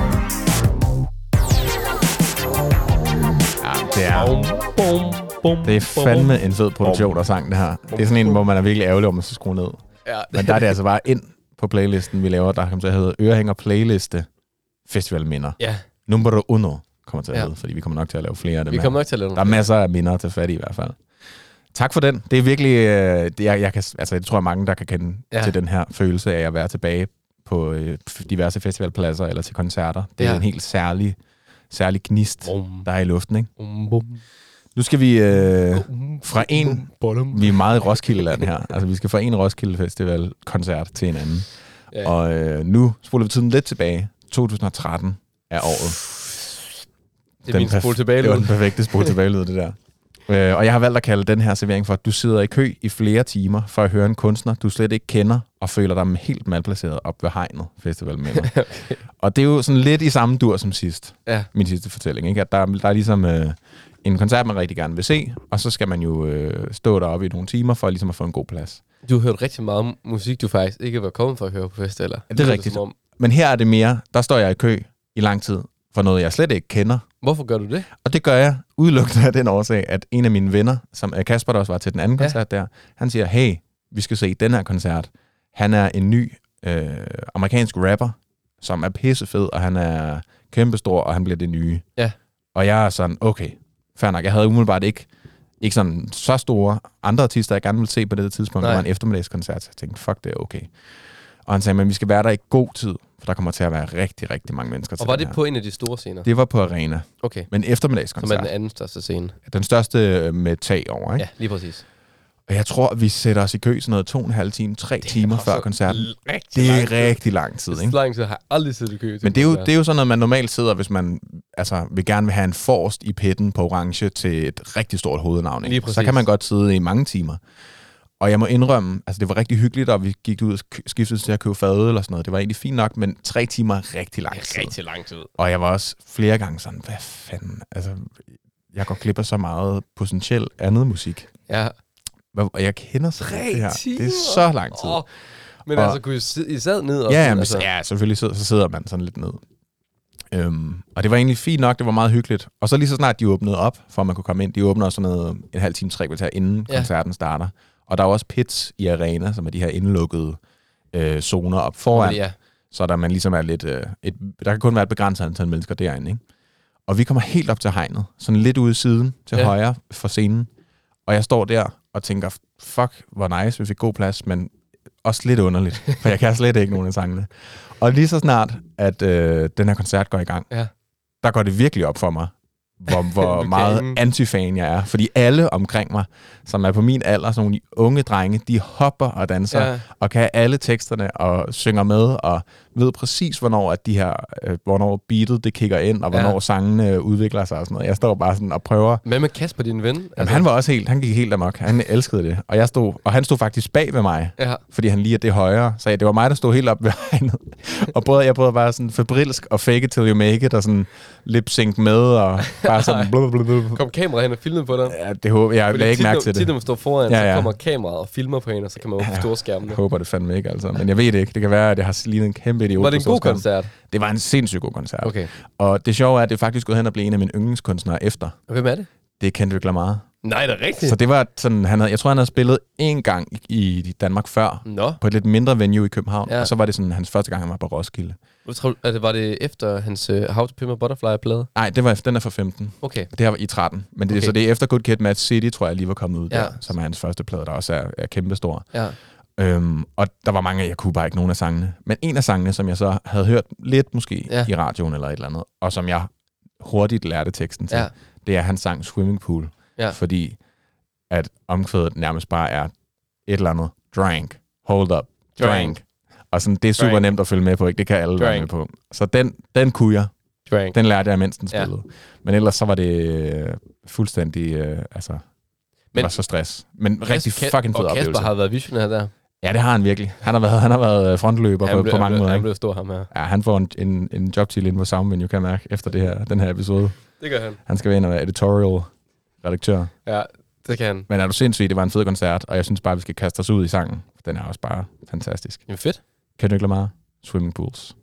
Ja, det er, Bum, bum, bum, det er fandme en fed produktion og sang, det her. Det er sådan en, hvor man er virkelig ærgerlig om at så skrue ned. Ja. Men der er det altså bare ind på playlisten, vi laver, der kommer til at hedde Ørehænger Playliste Festivalminder. Ja, Numero uno kommer til at Ja. hedde, fordi vi kommer nok til at lave flere af dem vi her. kommer nok til at lave Der er nogle. masser af minder til fat i i hvert fald. Tak for den. Det er virkelig, øh, det, jeg, jeg, kan, altså, jeg tror, at mange, der kan kende Ja. ja. til den her følelse af at være tilbage på øh, diverse festivalpladser eller til koncerter. Det er Ja. en helt særlig, særlig gnist, Bum, der er i luften, ikke? bum, bum, Nu skal vi øh, bum, fra en... bum. Vi er meget i Roskilde-land her. Altså, vi skal fra en Roskilde Festival-koncert til en anden. Ja. Og øh, nu spoler vi tiden lidt tilbage. to tusind og tretten er året. Det er min spol tilbage. Det var den perfekte spol tilbage det der. Øh, og jeg har valgt at kalde den her servering for, at du sidder i kø i flere timer for at høre en kunstner, du slet ikke kender, og føler dig helt malplaceret op ved hegnet festival med mig. Okay. Og det er jo sådan lidt i samme dur som sidst. Ja. Min sidste fortælling, ikke? At der, der er ligesom øh, en koncert, man rigtig gerne vil se, og så skal man jo øh, stå deroppe i nogle timer for ligesom at få en god plads. Du har hørt rigtig meget musik, du faktisk ikke var kommet for at høre på festivaler. Ja, det er rigtigt. Som om, Men her er det mere, der står jeg i kø i lang tid for noget, jeg slet ikke kender. hvorfor gør du det? Og det gør jeg udelukkende af den årsag, at en af mine venner, som er Kasper, der også var til den anden Ja. koncert der, han siger, hey, vi skal se den her koncert. Han er en ny øh, amerikansk rapper, som er pissefed, og han er kæmpestor, og han bliver det nye. Ja. Og jeg er sådan, okay, fair nok. Jeg havde umiddelbart ikke, ikke sådan så store andre artister, jeg gerne ville se på det tidspunkt. Nej. Det var en eftermiddagskoncert, så jeg tænkte, fuck, det er okay. Og han sagde, men vi skal være der i god tid, for der kommer til at være rigtig, rigtig mange mennesker til Og var den det her. på en af de store scener? Det var på Arena, Okay. men Som er eftermiddagskoncert. den anden største scene. Den største med tag over, ikke? Ja, lige præcis. Og jeg tror, vi sætter os i kø sådan noget to og en halv time, tre timer før koncerten. Det er lang rigtig lang tid, ikke? Så lang tid har jeg aldrig siddet i kø. Men det er, jo, det er jo sådan noget, man normalt sidder, hvis man altså, vil gerne vil have en forrest i pitten på orange til et rigtig stort hovednavn. Ikke? Så kan man godt sidde i mange timer. Og jeg må indrømme, altså det var rigtig hyggeligt, og vi gik ud og skiftede til at købe fadøl eller sådan noget. Det var egentlig fint nok, men tre timer er rigtig lang tid. Rigtig lang tid. Og jeg var også flere gange sådan, hvad fanden, altså jeg går glip af så meget potentielt andet musik. Ja. Og jeg kender så Tre det her. timer? Det er så lang tid. Oh. Men og, altså, kunne I, sidde, I sad ned? Og ja, sådan, jamen, altså. ja, selvfølgelig sidder, så sidder man sådan lidt ned. Øhm, og det var egentlig fint nok, det var meget hyggeligt. Og så lige så snart de åbnede op, for at man kunne komme ind, de åbner også sådan noget en halv time, tre kvarter inden ja. koncerten starter. Og der er også pits i arena, som er de her indlukkede øh, zoner op foran. Ja. Så der man ligesom er lidt... Øh, et, der kan kun være et begrænset antal mennesker derinde, ikke? Og vi kommer helt op til hegnet, sådan lidt ude i siden til ja. højre for scenen. Og jeg står der og tænker, fuck, hvor nice, vi fik god plads, men også lidt underligt, for jeg kan slet ikke nogen af sangene. Og lige så snart, at øh, den her koncert går i gang, ja. der går det virkelig op for mig, hvor, hvor meget antifan jeg er. Fordi alle omkring mig, som er på min alder, sådan nogle unge drenge, de hopper og danser, ja. og kan alle teksterne og synger med, og ved præcis, hvornår at de her, øh, hvornår beatet det kigger ind, og hvornår ja. sangene udvikler sig og sådan noget. Jeg står bare sådan og prøver. Hvad med Kasper, din ven? Jamen, altså... han var også helt, han gik helt amok. Han elskede det. Og jeg stod, og han stod faktisk bag ved mig, ja. fordi han lige er det højere. Så det var mig, der stod helt op ved hegnet. Og både, jeg prøvede bare sådan febrilsk og fake it till you make it, og sådan lip-sync med, og bare sådan blablabla. Kom kameraet hen og filmede på dig? Ja, det håber jeg. Jeg lagde ikke mærke til det. Tit, når man står foran, ja, ja. så kommer kameraet og filmer på en, og så kan man jo på store skærmen. Jeg håber det fandme ikke, altså. Men jeg ved det ikke. Det kan være, at jeg har lignet en kæmpe idiot. Var det en god koncert? Det var en sindssygt god koncert. Okay. Og det sjove er, at det faktisk gået hen og blev en af mine yndlingskunstnere efter. Hvem er det? Det er Kendrick Lamar. Nej, det er rigtigt. Så det var sådan, han havde, jeg tror, han havde spillet én gang i Danmark før. Nå. På et lidt mindre venue i København. Ja. Og så var det sådan hans første gang, han var på Roskilde. Jeg tror, at var det efter hans uh, How to Pimp a Butterfly-plade? Nej, det var, den er fra femten. Okay. Det her var i tretten. Men det, okay. Så det er efter Good Kid, Mad City, tror jeg lige var kommet ud ja. der. Som er hans første plade, der også er, er kæmpestor. Ja. Øhm, og der var mange, jeg kunne bare ikke nogen af sangene. Men en af sangene, som jeg så havde hørt lidt måske ja. i radioen eller et eller andet, og som jeg hurtigt lærte teksten til, ja. det er hans sang Swimming Pool. Ja. Fordi at omkvædet nærmest bare er et eller andet. Drank. Hold up. Drank. Drank. Og sådan, det er super Drank. nemt at følge med på, ikke? Det kan alle Drank. være med på. Så den, den kunne jeg. Drank. Den lærte jeg, mens den spillede. Ja. Men ellers så var det øh, fuldstændig, øh, altså, det men, var så stress. Men Kasper, rigtig fucking fed oplevelse. Og Kasper har været visionær der. Ja, det har han virkelig. Han har været, han har været frontløber på, blev, på mange måder. Han blev stor ham her. Ja, han får en, en, en jobtitel inde på Soundvenue, kan jeg mærke, efter det her, den her episode. Det gør han. Han skal være en af editorial redaktør. Ja, det kan han. Men er du sindssygt, det var en fed koncert, og jeg synes bare, vi skal kaste os ud i sangen. Den er også bare fantastisk. Jamen fedt. Kendrick Lamar, Swimming Pools.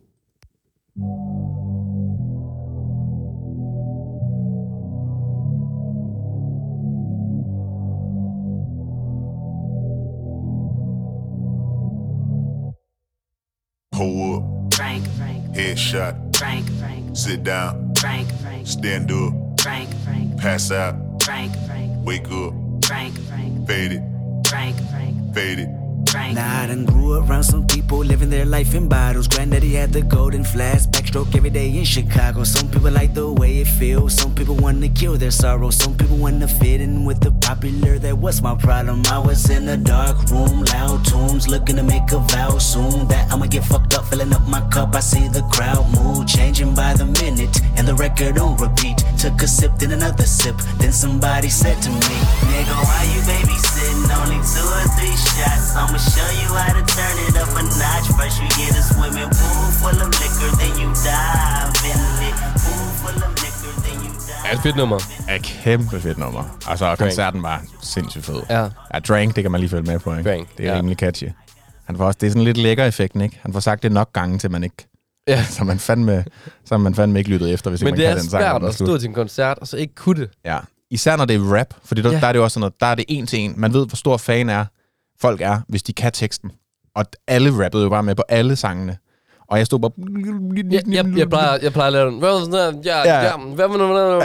Pull up, Frank, Frank. Headshot, Frank, Frank. Sit down, Frank, Frank. Stand up, Frank, Frank. Pass out, Frank, Frank. Wake up, Frank, Frank. Fade it, Frank, Frank. Fade it. Nah, I done grew around some people living their life in bottles. Granddaddy had the golden flask, backstroke every day in Chicago. Some people like the way it feels. Some people want to kill their sorrow. Some people want to fit in with the popular. That was my problem. I was in a dark room, loud tunes, looking to make a vow soon that I'ma get fucked up, filling up my cup. I see the crowd mood changing by the minute, and the record on repeat. Took a sip, then another sip. Then somebody said to me, nigga, why you babysitting? Only two or three shots. I'ma show you how to turn it up a notch. First you get a swimming pool full of liquor, then you dive in it. Pool full of liquor, then you dive. Er et fedt nummer. Er et kæmpe fedt nummer. Altså, og koncerten var sindssygt fed. Ja. Ja, Drank, det kan man lige følge med på, ikke? Drank, det er ja. rimelig catchy. Han får også, det er sådan lidt lækker effekten, ikke? Han får sagt det nok gange, til man ikke... Ja. Så man fandme, så man fandme ikke lyttet efter, hvis ikke man kan den sang. Men det er svært at stå til en koncert, og så ikke kunne det. Ja. Især når det er rap, fordi der, ja. der er det jo også sådan noget, der er det en til en. Man ved, hvor stor fan er folk er, hvis de kan teksten. Og alle rappede jo bare med på alle sangene. Og jeg stod bare... Jeg, jeg, jeg, plejer, jeg plejer at lave den. Hvad var det? Ja, ja. Hvad var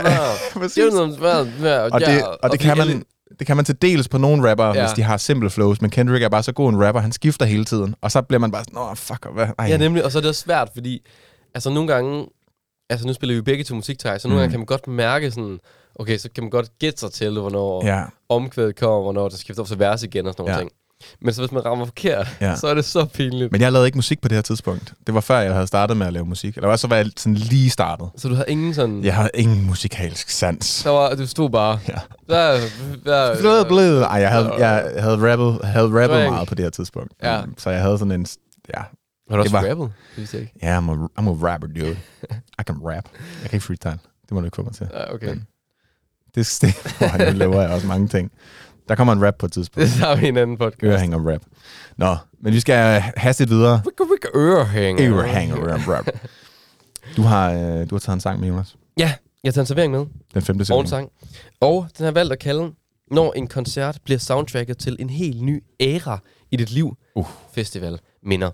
det? Og det, og det kan man... Det kan man til dels på nogle rapper, ja. hvis de har simple flows, men Kendrick er bare så god en rapper, han skifter hele tiden, og så bliver man bare sådan, åh, fuck, hvad? Ej. Ja, nemlig, og så er det også svært, fordi altså nogle gange, altså nu spiller vi begge to musik, Thaj, så nogle Mm. gange kan man godt mærke sådan, okay, så kan man godt gætte sig til, hvornår Ja. omkvædet kommer, hvornår der skifter op til vers igen og sådan nogle Ja. ting. Men så hvis man rammer forkert, Ja. så er det så pinligt. Men jeg lavede ikke musik på det her tidspunkt. Det var før, jeg havde startet med at lave musik. Eller også så var jeg sådan lige startet. Så du havde ingen sådan... Jeg havde ingen musikalsk sans. Der var, du stod bare... Ja. Der, der, Blød, blød. Ej, jeg havde, jeg havde rappet, havde rappet Drink. meget på det her tidspunkt. Ja. Så jeg havde sådan en... Ja, Har du også det var- rappet? Det vidste jeg ikke. yeah, I'm a, I'm a rapper, dude. I can rap. Jeg kan ikke freestyle. Det må du ikke få mig til. Ja, okay. Men det, det oh, nu laver jeg også mange ting. Der kommer en rap på et tidspunkt. Det tager vi i en anden podcast. Ørehænger rap. Nå, men vi skal hastigt videre. Wicka, wicka, ørehænger. Ørehænger rap. Du har, øh, du har taget en sang med, Jonas. Ja, jeg tager en servering med. Den femte Og sætning. en sang. Og den har valgt at kalde, når en koncert bliver soundtracket til en helt ny æra i dit liv. Uh. Festival minder.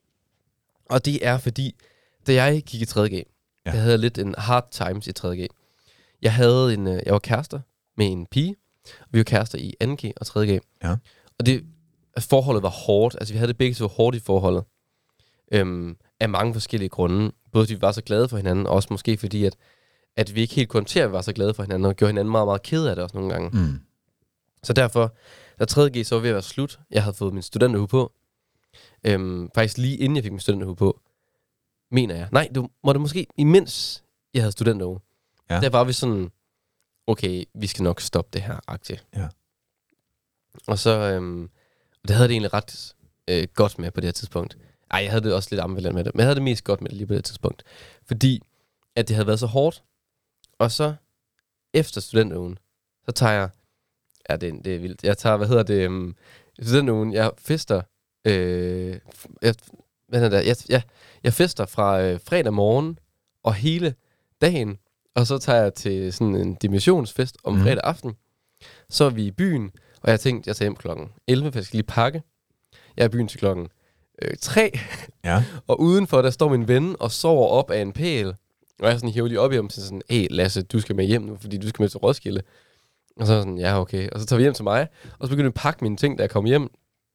Og det er fordi, da jeg gik i tredje G, Ja. ja. jeg havde lidt en hard times i tredje G. Jeg havde en, øh, jeg var kærester med en pige, og vi var kærester i anden G og tredje G. Ja. Og det, forholdet var hårdt. Altså vi havde det begge så hårdt i forholdet. Øhm, af mange forskellige grunde. Både fordi vi var så glade for hinanden, og også måske fordi, at, at vi ikke helt kunne håndtere, at vi var så glade for hinanden, og gjorde hinanden meget, meget ked af det også nogle gange. Mm. Så derfor, da tredje G så var ved at være slut, jeg havde fået min studenterhue på. Øhm, faktisk lige inden jeg fik min studenterhue på, mener jeg. Nej, du må det måske, imens jeg havde studenterhue. Ja. Der var vi sådan, okay, vi skal nok stoppe det her, aktivt. Ja. Og så, øhm, og det havde det egentlig ret øh, godt med på det her tidspunkt. Ej, jeg havde det også lidt ambivalent med det, men jeg havde det mest godt med det lige på det tidspunkt. Fordi, at det havde været så hårdt, og så, efter studenterugen, så tager jeg, ja, det, er- det er vildt, jeg tager, hvad hedder det, um, studenterugen, jeg fester, øh, jeg, hvad hedder det, jeg, jeg, jeg fester fra øh, fredag morgen, og hele dagen, og så tager jeg til sådan en dimensionsfest om Mhm. fredag aften. Så er vi i byen, og jeg tænkte, jeg tager hjem klokken elleve, for jeg skal lige pakke. Jeg er i byen til klokken øh, tre, Ja. og udenfor, der står min ven og sover op af en pæl. Og jeg sådan hiver lige op i ham til sådan, hey Lasse, du skal med hjem nu, fordi du skal med til Roskilde. Og så er jeg sådan, ja okay. Og så tager vi hjem til mig, og så begynder vi at pakke mine ting, da jeg kommer hjem.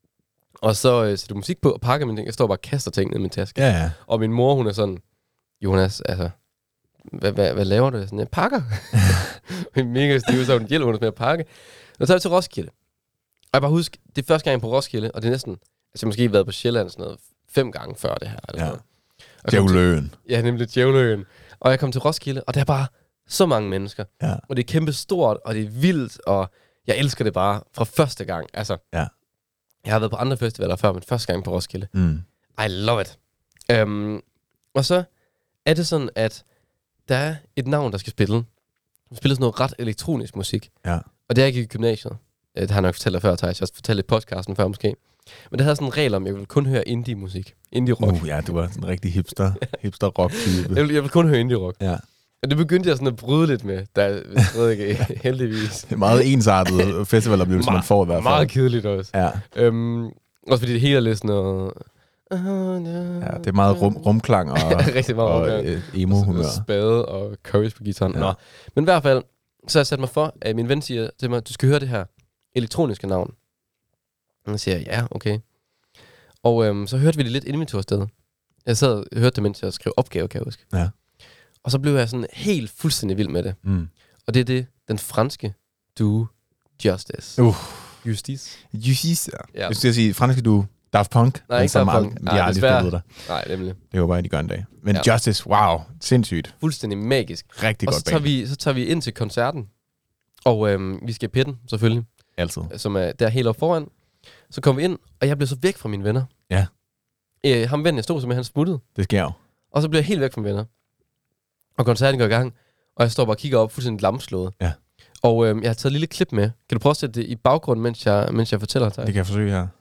Og så øh, sætter du musik på og pakker mine ting. Jeg står bare og kaster ting ned i min taske. Ja, ja. Og min mor, hun er sådan, Jonas, altså, hvad, hvad, hvad laver du? Jeg er sådan, jeg pakker. Hun er mega stiv, så hun hjælper hun os med at pakke. Og så tager vi til Roskilde. Og jeg bare husk, det er første gang på Roskilde, og det er næsten, altså jeg har måske været på Sjælland sådan noget, fem gange før det her. Eller Ja. sådan noget. Og jeg kom til- Djævløen. Ja, nemlig Djævløen. Og jeg kom til Roskilde, og der er bare så mange mennesker. Ja. Og det er kæmpe stort, og det er vildt, og jeg elsker det bare fra første gang. Altså, Ja. jeg har været på andre festivaler før, men første gang på Roskilde. Mm. I love it. Um, og så er det sådan, at der er et navn, der skal spille. Der spiller sådan noget ret elektronisk musik. Ja. Og det er ikke i gymnasiet. Øh, Det har jeg nok fortalt dig før, Thijs. Jeg har også fortalt i podcasten før måske. Men det havde sådan en regel om, at jeg ville kun høre indie-musik. Indie-rock. Uh, ja, du var sådan en rigtig hipster, hipster rock-type. Jeg, vil, jeg vil kun høre indie-rock. Ja. Og det begyndte jeg sådan at bryde lidt med, da jeg ved tredje G, heldigvis. Det er meget ensartet festivaloplevelse, man får i hvert fald. Meget kedeligt også. Ja. Øhm, også fordi det hele er lidt sådan noget... Ja, det er meget rum, rumklang og, Rigtig meget og rumklang. øh, emo-humør. Spade og curries på gitaren. Ja. Nå. Men i hvert fald, så har jeg sat mig for, at min ven siger til mig, du skal høre det her elektroniske navn. Og så siger jeg, ja, okay. Og øhm, så hørte vi det lidt inden vi tog afsted. Jeg sad og hørte det, mens jeg skrev opgave, kan jeg huske. Ja. Og så blev jeg sådan helt fuldstændig vild med det. Mm. Og det er det, den franske duo Justice. Uh. Justice. Justice. Ja. Jeg skulle sige, franske du Daft Punk. Nej, men ikke som Daft ald- Punk. De Nej, har aldrig desværre. spillet der. Nej, nemlig. Det håber jeg, de gør en dag. Men Ja. ja. Justice, wow, sindssygt. Fuldstændig magisk. Rigtig Og godt så tager, band. vi, så tager vi ind til koncerten. Og øhm, vi skal i pitten, selvfølgelig. Altid. Som er der helt oppe foran. Så kommer vi ind, og jeg bliver så væk fra mine venner. Ja. Øh, ham ven, jeg stod, som han smuttede. Det sker jo. Og så bliver jeg helt væk fra mine venner. Og koncerten går i gang. Og jeg står bare og kigger op, fuldstændig lamslået. Ja. Og øhm, jeg har taget et lille klip med. Kan du prøve at sætte det i baggrunden, mens jeg, mens jeg fortæller dig? Det kan jeg forsøge her.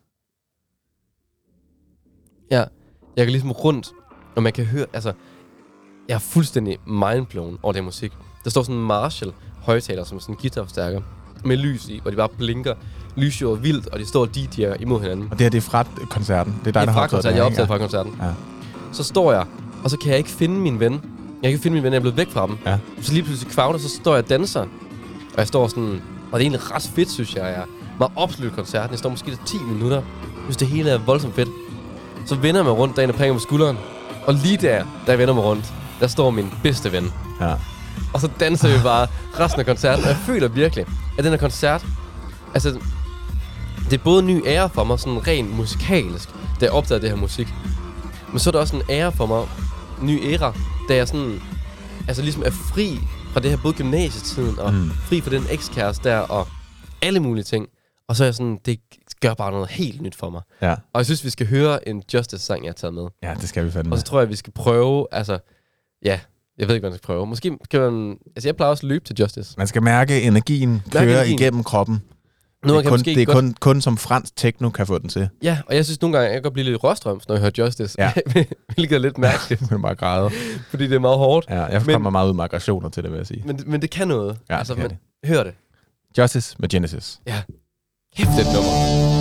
Ja, jeg kan ligesom rundt, og man kan høre, altså, jeg er fuldstændig mindblown over den musik. Der står sådan en Marshall højtaler som sådan en guitarforstærker med lys i, hvor de bare blinker. Lysshowet vildt, og de står og D J'er imod hinanden. Og det her, det er fra koncerten. Det er dig, Det der er har fra optaget koncerten, det jeg her, er optaget ikke? fra koncerten. Ja. Så står jeg, og så kan jeg ikke finde min ven. Jeg kan ikke finde min ven, jeg er blevet væk fra dem. Ja. Så lige pludselig kvavner, så står jeg og danser. Og jeg står sådan, og det er egentlig ret fedt, synes jeg. Jeg er meget opslugt koncerten. Jeg står måske der ti minutter. Jeg synes, det hele er voldsomt fedt. Så vender jeg mig rundt, der er en, der prikker på skulderen. Og lige der, da jeg vender mig rundt, der står min bedste ven. Ja. Og så danser vi bare resten af koncerten. Og jeg føler virkelig, at den her koncert... Altså, det er både en ny ære for mig, sådan rent musikalsk, da jeg opdagede det her musik. Men så er det også en ære for mig, en ny æra, da jeg sådan... Altså ligesom er fri fra det her, både gymnasietiden, og mm. fri fra den ekskæreste der, og alle mulige ting. Og så er jeg sådan, det gør bare noget helt nyt for mig. Ja. Og jeg synes, vi skal høre en Justice-sang, jeg har taget med. Ja, det skal vi fandme. Og så tror jeg, vi skal prøve, altså... Ja, jeg ved ikke, hvad man skal prøve. Måske kan man... Altså, jeg plejer også at løbe til Justice. Man skal mærke energien køre energien. igennem kroppen. Nu det er, kun, det er godt... kun, kun som fransk techno kan få den til. Ja, og jeg synes nogle gange, jeg kan godt blive lidt røstrøms, når jeg hører Justice. Ja. Hvilket er lidt mærkeligt. Det er bare græde. Fordi det er meget hårdt. Ja, jeg kommer men, meget ud med aggressioner til det, vil jeg sige. Men, men det kan noget. Ja, altså, det kan men, det. Hør det. Justice med Genesis. Ja. Hæftigt nummer.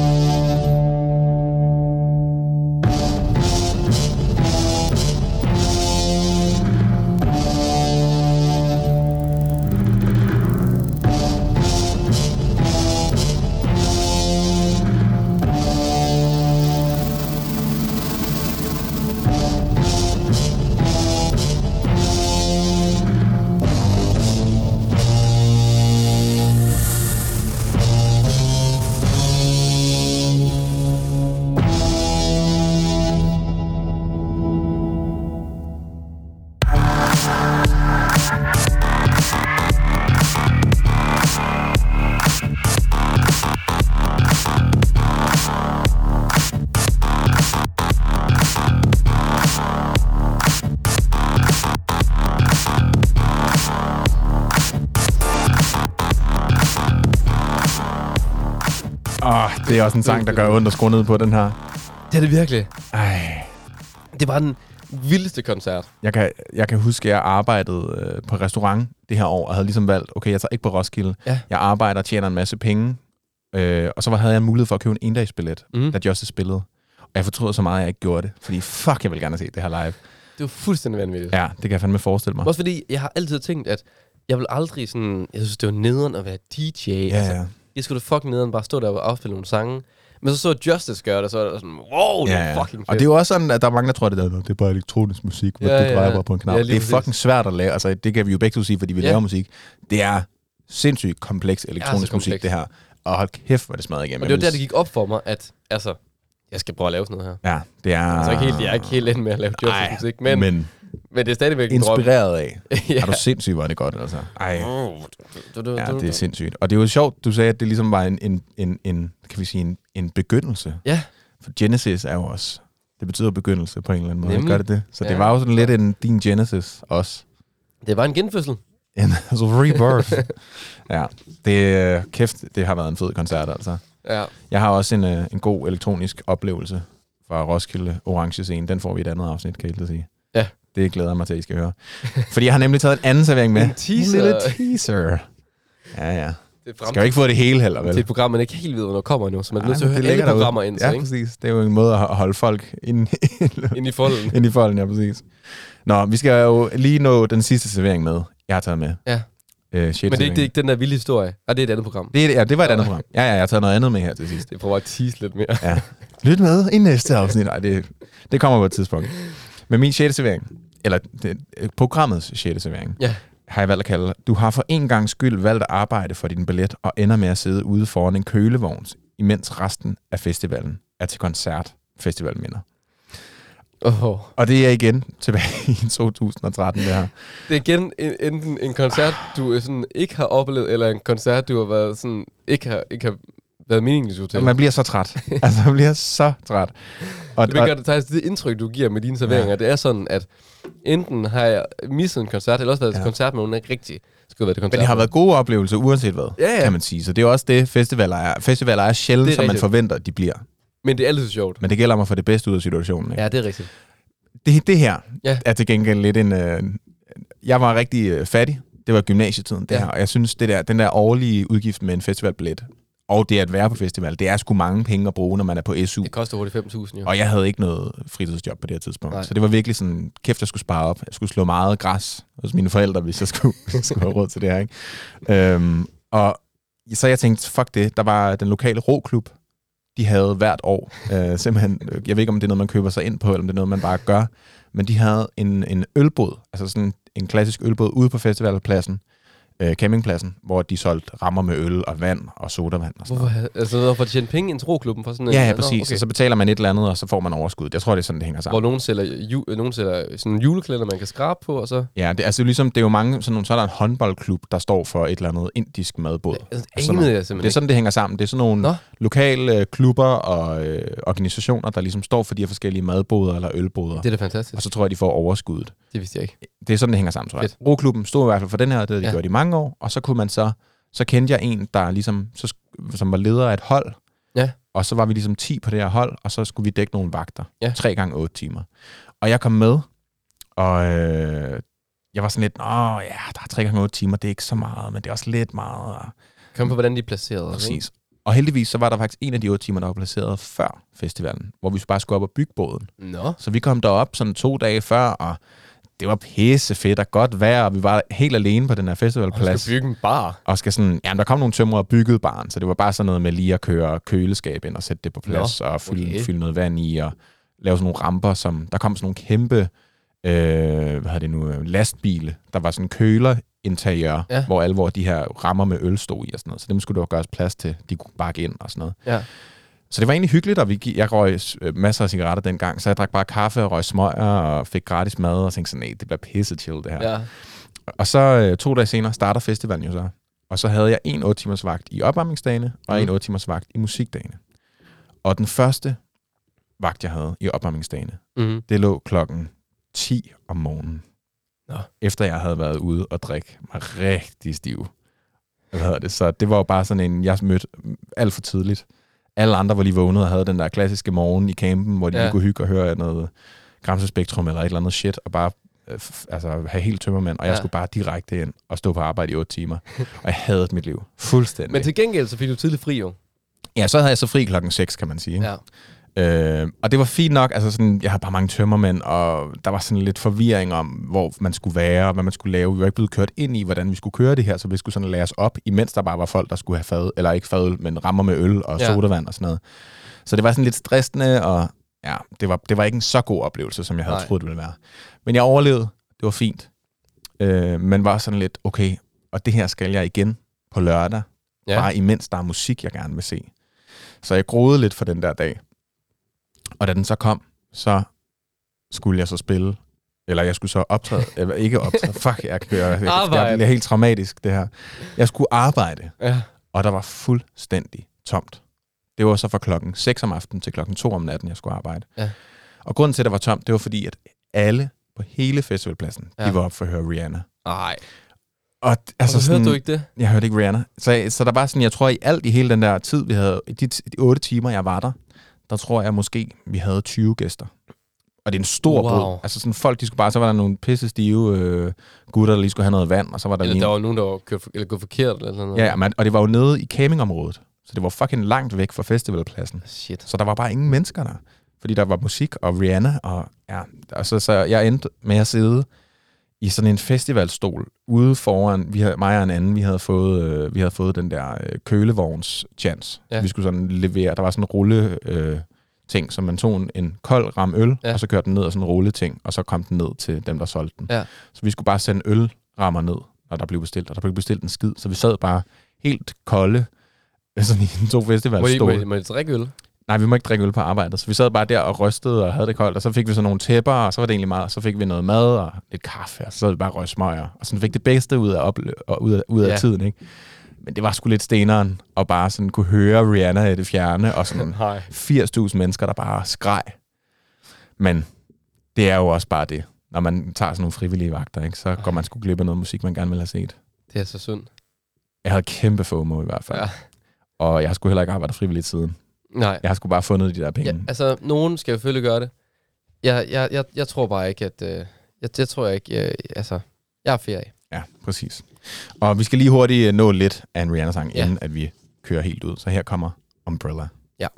Åh, det er også en sang, der gør ondt at skrue ned på den her. Det er det virkelig. Ej. Det var den vildeste koncert. Jeg kan, jeg kan huske, at jeg arbejdede øh, på restaurant det her år, og havde ligesom valgt, okay, jeg tager ikke på Roskilde. Ja. Jeg arbejder og tjener en masse penge, øh, og så havde jeg en mulighed for at købe en endagsbillet, mm. da Justice spillede. Og jeg fortryder så meget, at jeg ikke gjorde det, fordi fuck, jeg vil gerne se det her live. Det var fuldstændig vanvittigt. Ja, det kan jeg fandme forestille mig. Også fordi, jeg har altid tænkt, at jeg vil aldrig sådan... Jeg synes, det var nederen at være D J. Ja, altså, ja. Jeg skulle da fucking nederen bare stå der og afspille nogle sange. Men så så Justice gøre det, så er det sådan, wow, det ja, er ja. fucking fedt. Og det er jo også sådan, at der er mange, der tror, at det er, det er bare elektronisk musik, hvor ja, du drejer ja. på en knap. Ja, det er fucking svært at lave. Altså, det kan vi jo begge to sige, fordi vi ja. laver musik. Det er sindssygt kompleks elektronisk ja, musik, det her. Og hold kæft, hvor det smadrer igennem. Og det var der, det gik op for mig, at altså, jeg skal prøve at lave sådan noget her. Ja, det er... Altså, ikke helt, jeg er ikke helt ind med at lave Justice musik, men... men Men det er stadigvæk en drøm. Inspireret af. ja. Er du sindssygt, hvor er det godt, altså. Ej. Du, du, ja, du, det er sindssygt. Og det er jo sjovt, du sagde, at det ligesom var en, en, en, en kan vi sige, en, en begyndelse. Ja. For Genesis er jo også, det betyder begyndelse på en eller anden måde. Nemlig. Gør det det? Så ja. det var jo sådan lidt en din Genesis også. Det var en genfødsel. En altså rebirth. ja, det, kæft, det har været en fed koncert, altså. Ja. Jeg har også en, en god elektronisk oplevelse fra Roskilde Orange Scene. Den får vi i et andet afsnit, kan jeg helt sige. Ja. Det glæder jeg mig til, at I skal høre. Fordi jeg har nemlig taget en anden servering med. En teaser. En lille teaser. Ja, ja. Det skal jo ikke få det hele heller, vel? Det er et program, man ikke helt ved, hvornår kommer nu, så man er nødt til at høre alle programmer ind. Ja, ikke? præcis. Det er jo en måde at holde folk ind, ind i folden. ind i folden, ja, præcis. Nå, vi skal jo lige nå den sidste servering med, jeg har taget med. Ja. Øh, Men det er, ikke, det er ikke den der vilde historie. Ah, det er et andet program. Det er, ja, det var et andet program. Ja, ja, jeg har taget noget andet med her til sidst. Jeg prøver at tease lidt mere. ja. Lyt med i næste afsnit. Nej, det, det kommer på et tidspunkt. Men min sjette servering, eller det, programmets sjette servering, ja. har jeg valgt at kalde, du har for en gang skyld valgt at arbejde for din billet, og ender med at sidde ude foran en kølevogn, imens resten af festivalen er til koncert festivalminder. Oh. Og det er igen tilbage i to tusind og tretten, det her. Det er igen en, enten en koncert, du sådan ikke har oplevet, eller en koncert, du har været sådan, ikke har, ikke har været meningsløs til. Man bliver så træt. altså, man bliver så træt. Og, det, og, det, det indtryk, du giver med dine serveringer, ja. det er sådan, at enten har jeg misset en koncert, eller også været ja. til koncert, men hun er ikke rigtig skulle være til koncert. Men det har været gode oplevelser, uanset hvad, ja, ja. kan man sige. Så det er også det, festivaler er. Festivaler er sjældent, som man forventer, at de bliver. Men det er altid så sjovt. Men det gælder mig for det bedste ud af situationen. Ikke? Ja, det er rigtigt. Det, det her ja. er til gengæld lidt en... Øh, jeg var rigtig øh, fattig. Det var gymnasietiden, det ja. her. Og jeg synes, det der, den der årlige udgift med en festivalbillet, og det at være på festival, det er sgu mange penge at bruge, når man er på S U. Det koster hurtigt fem tusind, jo. Og jeg havde ikke noget fritidsjob på det her tidspunkt. Nej. Så det var virkelig sådan, kæft, jeg skulle spare op. Jeg skulle slå meget græs hos mine forældre, hvis jeg skulle, skulle have råd til det her. Ikke? Øhm, og så jeg tænkte, fuck det. Der var den lokale roklub. De havde hvert år, øh, simpelthen, jeg ved ikke, om det er noget, man køber sig ind på, eller om det er noget, man bare gør, men de havde en, en ølbåd, altså sådan en klassisk ølbåd ude på festivalpladsen, øh, campingpladsen, hvor de solgte rammer med øl og vand og sodavand og sådan Hvorfor? noget. Altså noget for at tjene penge i en roklubben for sådan en... Ja, ja, Nå, præcis. okay. Og så betaler man et eller andet, og så får man overskud. Jeg tror, det er sådan, det hænger sammen. Hvor nogen sælger, ju, nogen sælger sådan en juleklæder, man kan skrabe på, og så... Ja, det, altså, det er ligesom, det er jo mange, sådan nogle, så er der en håndboldklub, der står for et eller andet indisk madbåd. Ja, altså, Sådan anede noget. jeg simpelthen Det er sådan, det hænger sammen. Det er sådan nogle Nå. lokale øh, klubber og øh, organisationer, der ligesom står for de her forskellige madboder eller ølboder. Det er da fantastisk. Og så tror jeg, de får overskuddet. Det vidste jeg ikke. Det er sådan, det hænger sammen, tror jeg. Fedt. Roklubben stod i hvert fald for den her, det havde de Ja. gjort i mange år, og så kunne man så, så kendte jeg en, der ligesom, så, som var leder af et hold, Ja. og så var vi ligesom ti på det her hold, og så skulle vi dække nogle vagter. Ja. Tre gange otte timer. Og jeg kom med, og øh, jeg var sådan lidt, åh ja, der er tre gange otte timer, det er ikke så meget, men det er også lidt meget. Og Kom på, hvordan de er placeret. præcis. Og heldigvis, så var der faktisk en af de otte timer, der var placeret før festivalen, hvor vi bare skulle op og bygge båden. Nå. Så vi kom derop sådan to dage før, og det var pisse fedt og godt vejr, og vi var helt alene på den her Og festivalplads. skal bygge en bar. Og skal sådan, ja, der kom nogle tømrere og byggede baren, så det var bare sådan noget med lige at køre køleskab ind og sætte det på plads, Nå, og fylde, okay. fylde noget vand i, og lave sådan nogle ramper, som, der kom sådan nogle kæmpe, øh, hvad hedder det nu, øh, lastbile, der var sådan kølerinteriør, Ja. hvor alle hvor de her rammer med øl stod i og sådan noget, så dem skulle der jo gøres plads til, de kunne bakke ind og sådan noget. Ja. Så det var egentlig hyggeligt, og vi gik, jeg røg øh, masser af cigaretter dengang, så jeg drak bare kaffe og røg smøger og fik gratis mad, og tænkte sådan, nej, det bliver pisse chill det her. Ja. Og så øh, to dage senere starter festivalen jo så. Og så havde jeg en otte timers vagt i opvarmningsdagene, og Mm. en otte timers vagt i musikdagene. Og den første vagt, jeg havde i opvarmningsdagene, Mm. det lå klokken ti om morgenen. Nå. Efter jeg havde været ude og drikke mig rigtig stiv. Hvad hedder det? Så det var jo bare sådan en, jeg mødte alt for tidligt. Alle andre var lige vågnet og havde den der klassiske morgen i campen, hvor de Ja. lige kunne hygge og høre noget Gramse Spektrum eller et eller andet shit, og bare øh, f- altså, have helt tømmermænd. Og jeg Ja. skulle bare direkte ind og stå på arbejde i otte timer. Og jeg havde mit liv. Fuldstændig. Men til gengæld, så fik du tidligt fri, jo. Ja, så havde jeg så fri klokken seks, kan man sige. Ja. Øh, og det var fint nok, altså sådan, jeg havde bare mange tømmermænd, og der var sådan lidt forvirring om, hvor man skulle være, og hvad man skulle lave. Vi var ikke blevet kørt ind i, hvordan vi skulle køre det her, så vi skulle sådan lære os op, imens der bare var folk, der skulle have fad, eller ikke fadøl, men rammer med øl og Ja. sodavand og sådan noget. Så det var sådan lidt stressende, og ja, det var, det var ikke en så god oplevelse, som jeg havde Nej. troet, det ville være. Men jeg overlevede, det var fint. Øh, men var sådan lidt, okay, og det her skal jeg igen på lørdag, Ja. bare imens der er musik, jeg gerne vil se. Så jeg groede lidt for den der dag. Og da den så kom, så skulle jeg så spille, eller jeg skulle så optræde, eller ikke optræde, fuck, jeg kører, jeg, Arbejde. jeg bliver helt traumatisk, det her. Jeg skulle arbejde, Ja. og der var fuldstændig tomt. Det var så fra klokken seks om aftenen til klokken to om natten, jeg skulle arbejde. Ja. Og grunden til, at det var tomt, det var fordi, at alle på hele festivalpladsen, Ja. de var op for at høre Rihanna. Nej. Og altså Altså, sådan, hørte du ikke det? Jeg hørte ikke Rihanna. Så, så der var sådan, jeg tror i alt i hele den der tid, vi havde, i de, de otte timer, jeg var der, der tror jeg måske, vi havde tyve gæster. Og det er en stor Wow. båd. Altså sådan folk, de skulle bare, så var der nogle pisse stive øh, gutter, der lige skulle have noget vand, og så var der Eller lige... der var nogen, der var kørt for, eller gået forkert, eller sådan noget. Ja, man, og det var jo nede i campingområdet. Så det var fucking langt væk fra festivalpladsen. Shit. Så der var bare ingen mennesker der. Fordi der var musik og Rihanna, og ja, og så, så jeg endte med at sidde i sådan en festivalstol ude foran, vi havde, mig og en anden, vi havde fået, øh, vi havde fået den der øh, kølevogns chance. Ja. Vi skulle sådan levere, der var sådan en rulle øh, ting, så man tog en, en kold ram øl, Ja. og så kørte den ned og sådan en rulleting, og så kom den ned til dem, der solgte den. Ja. Så vi skulle bare sende ølrammer ned, når der blev bestilt, og der blev bestilt en skid. Så vi sad bare helt kolde, sådan i en to Må de, må, festivalstole. de, må de drikke øl? Nej, vi må ikke drikke øl på arbejdet. Så vi sad bare der og rystede og havde det koldt, og så fik vi sådan nogle tæpper, og så var det egentlig meget, og så fik vi noget mad og lidt kaffe, og så sad vi bare og røg smøger, og sådan fik det bedste ud af, ople- og ud af, ud af Ja. tiden, ikke? Men det var sgu lidt steneren, og bare sådan kunne høre Rihanna i det fjerne, og sådan Nej. firs tusind mennesker, der bare skreg. Men det er jo også bare det. Når man tager sådan nogle frivillige vagter, ikke, så går man sgu glip af noget musik, man gerne vil have set. Det er så synd. Jeg havde kæmpe FOMO i hvert fald. Ja. Og jeg har sgu heller ikke arbejdet frivilligt siden. Nej. Jeg har sgu bare fundet de der penge. Ja, altså, nogen skal jo selvfølgelig gøre det. Jeg, jeg, jeg, jeg tror bare ikke, at... Øh, jeg, jeg tror ikke... Jeg, altså, jeg er ferie. Ja, præcis. Og vi skal lige hurtigt nå lidt af en Rihanna-sang, Ja. inden at vi kører helt ud. Så her kommer Umbrella. Ja.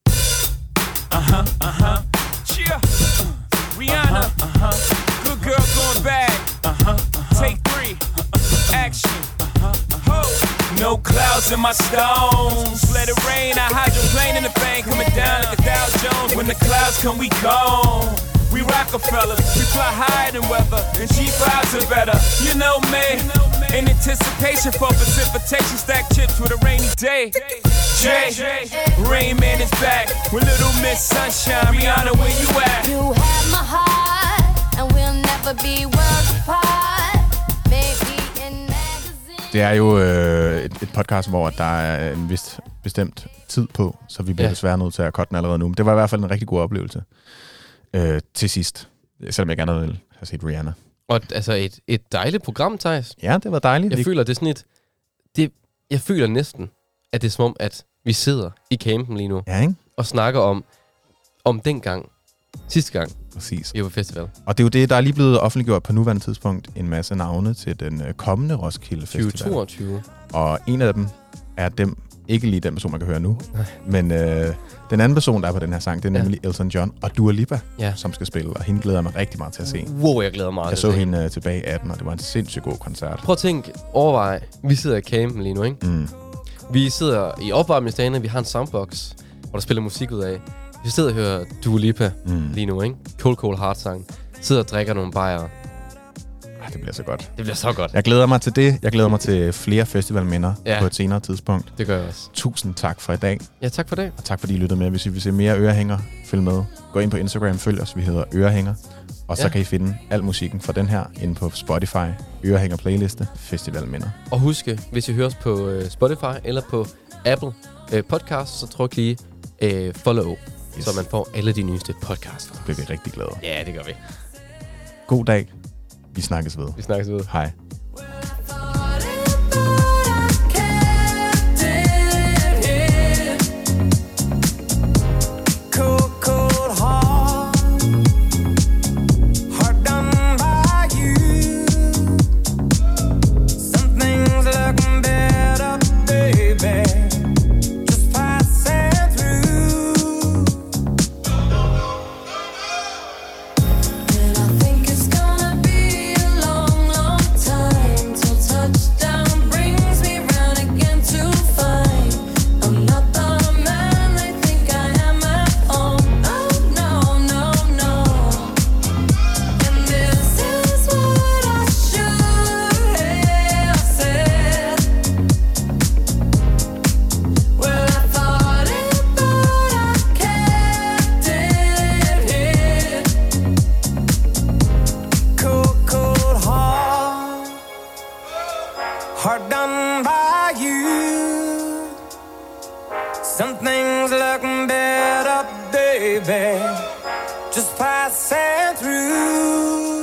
Uh-huh, uh-huh. Cheer. Uh, Rihanna. Uh-huh. Good girl going bad. Uh-huh, uh-huh. Take three. Uh-huh. Action. Uh-huh. Ho. No clouds in my stones. Let it rain. I hydroplane in the bank. Coming down like a Dow Jones. When the clouds come, we gone. We Rockefellers, we fly higher than weather, and cheap vibes are better. You know me, in anticipation for precipitation, stack chips with a rainy day. Jay, Rain Man is back with Little Miss Sunshine. Rihanna, where you at? You have my heart, and we'll never be worlds apart. Maybe in magazine. Det er jo øh, et, et podcast, hvor der er en vist bestemt tid på, så vi bliver ja. desværre nødt til at cutte den allerede nu. Men det var i hvert fald en rigtig god oplevelse øh, til sidst, selvom jeg gerne ville have set Rihanna. Og altså et, et dejligt program, Theis. Ja, det var dejligt. Jeg vi... føler, det er sådan et... Det, jeg føler næsten, at det er som om, at vi sidder i campen lige nu ja, ikke? og snakker om, om dengang, sidste gang, præcis. vi var på festival. Og det er jo det, der er lige blevet offentliggjort på nuværende tidspunkt en masse navne til den kommende Roskilde Festival. tyve toogtyve. Og en af dem er dem, ikke lige den person, man kan høre nu, men øh, den anden person, der er på den her sang, det er nemlig ja. Elton John og Dua Lipa, ja. som skal spille, og hende glæder jeg mig rigtig meget til at se. Wow, jeg glæder mig meget Jeg så hende uh, tilbage i atten, og det var en sindssygt god koncert. Prøv at tænke, overvej, vi sidder i campen lige nu, ikke? Mm. Vi sidder i opvarmningsdagene, vi har en soundbox, hvor der spiller musik ud af. Vi sidder og hører Dua Lipa mm. lige nu, ikke? Cold Cold Heart sang. Sidder og drikker nogle bajere. Det bliver så godt. Det bliver så godt. Jeg glæder mig til det. Jeg glæder mig til flere festivalminder ja. på et senere tidspunkt. Det gør jeg også. Tusind tak for i dag. Ja, tak for det. Og tak fordi I lyttede med. Hvis I vil se mere Ørehænger, følg med. Gå ind på Instagram, følg os. Vi hedder Ørehænger. Og så ja. kan I finde al musikken fra den her inde på Spotify. Ørehænger playliste, festivalminder. Og husk, hvis I hører os på uh, Spotify eller på Apple uh, Podcast, så tryk lige uh, follow, yes. så man får alle de nyeste podcasts. Så bliver vi rigtig glade. Ja, det gør vi. God dag. Vi snakkes ved. Vi snakkes ved. Hej. Just passing through.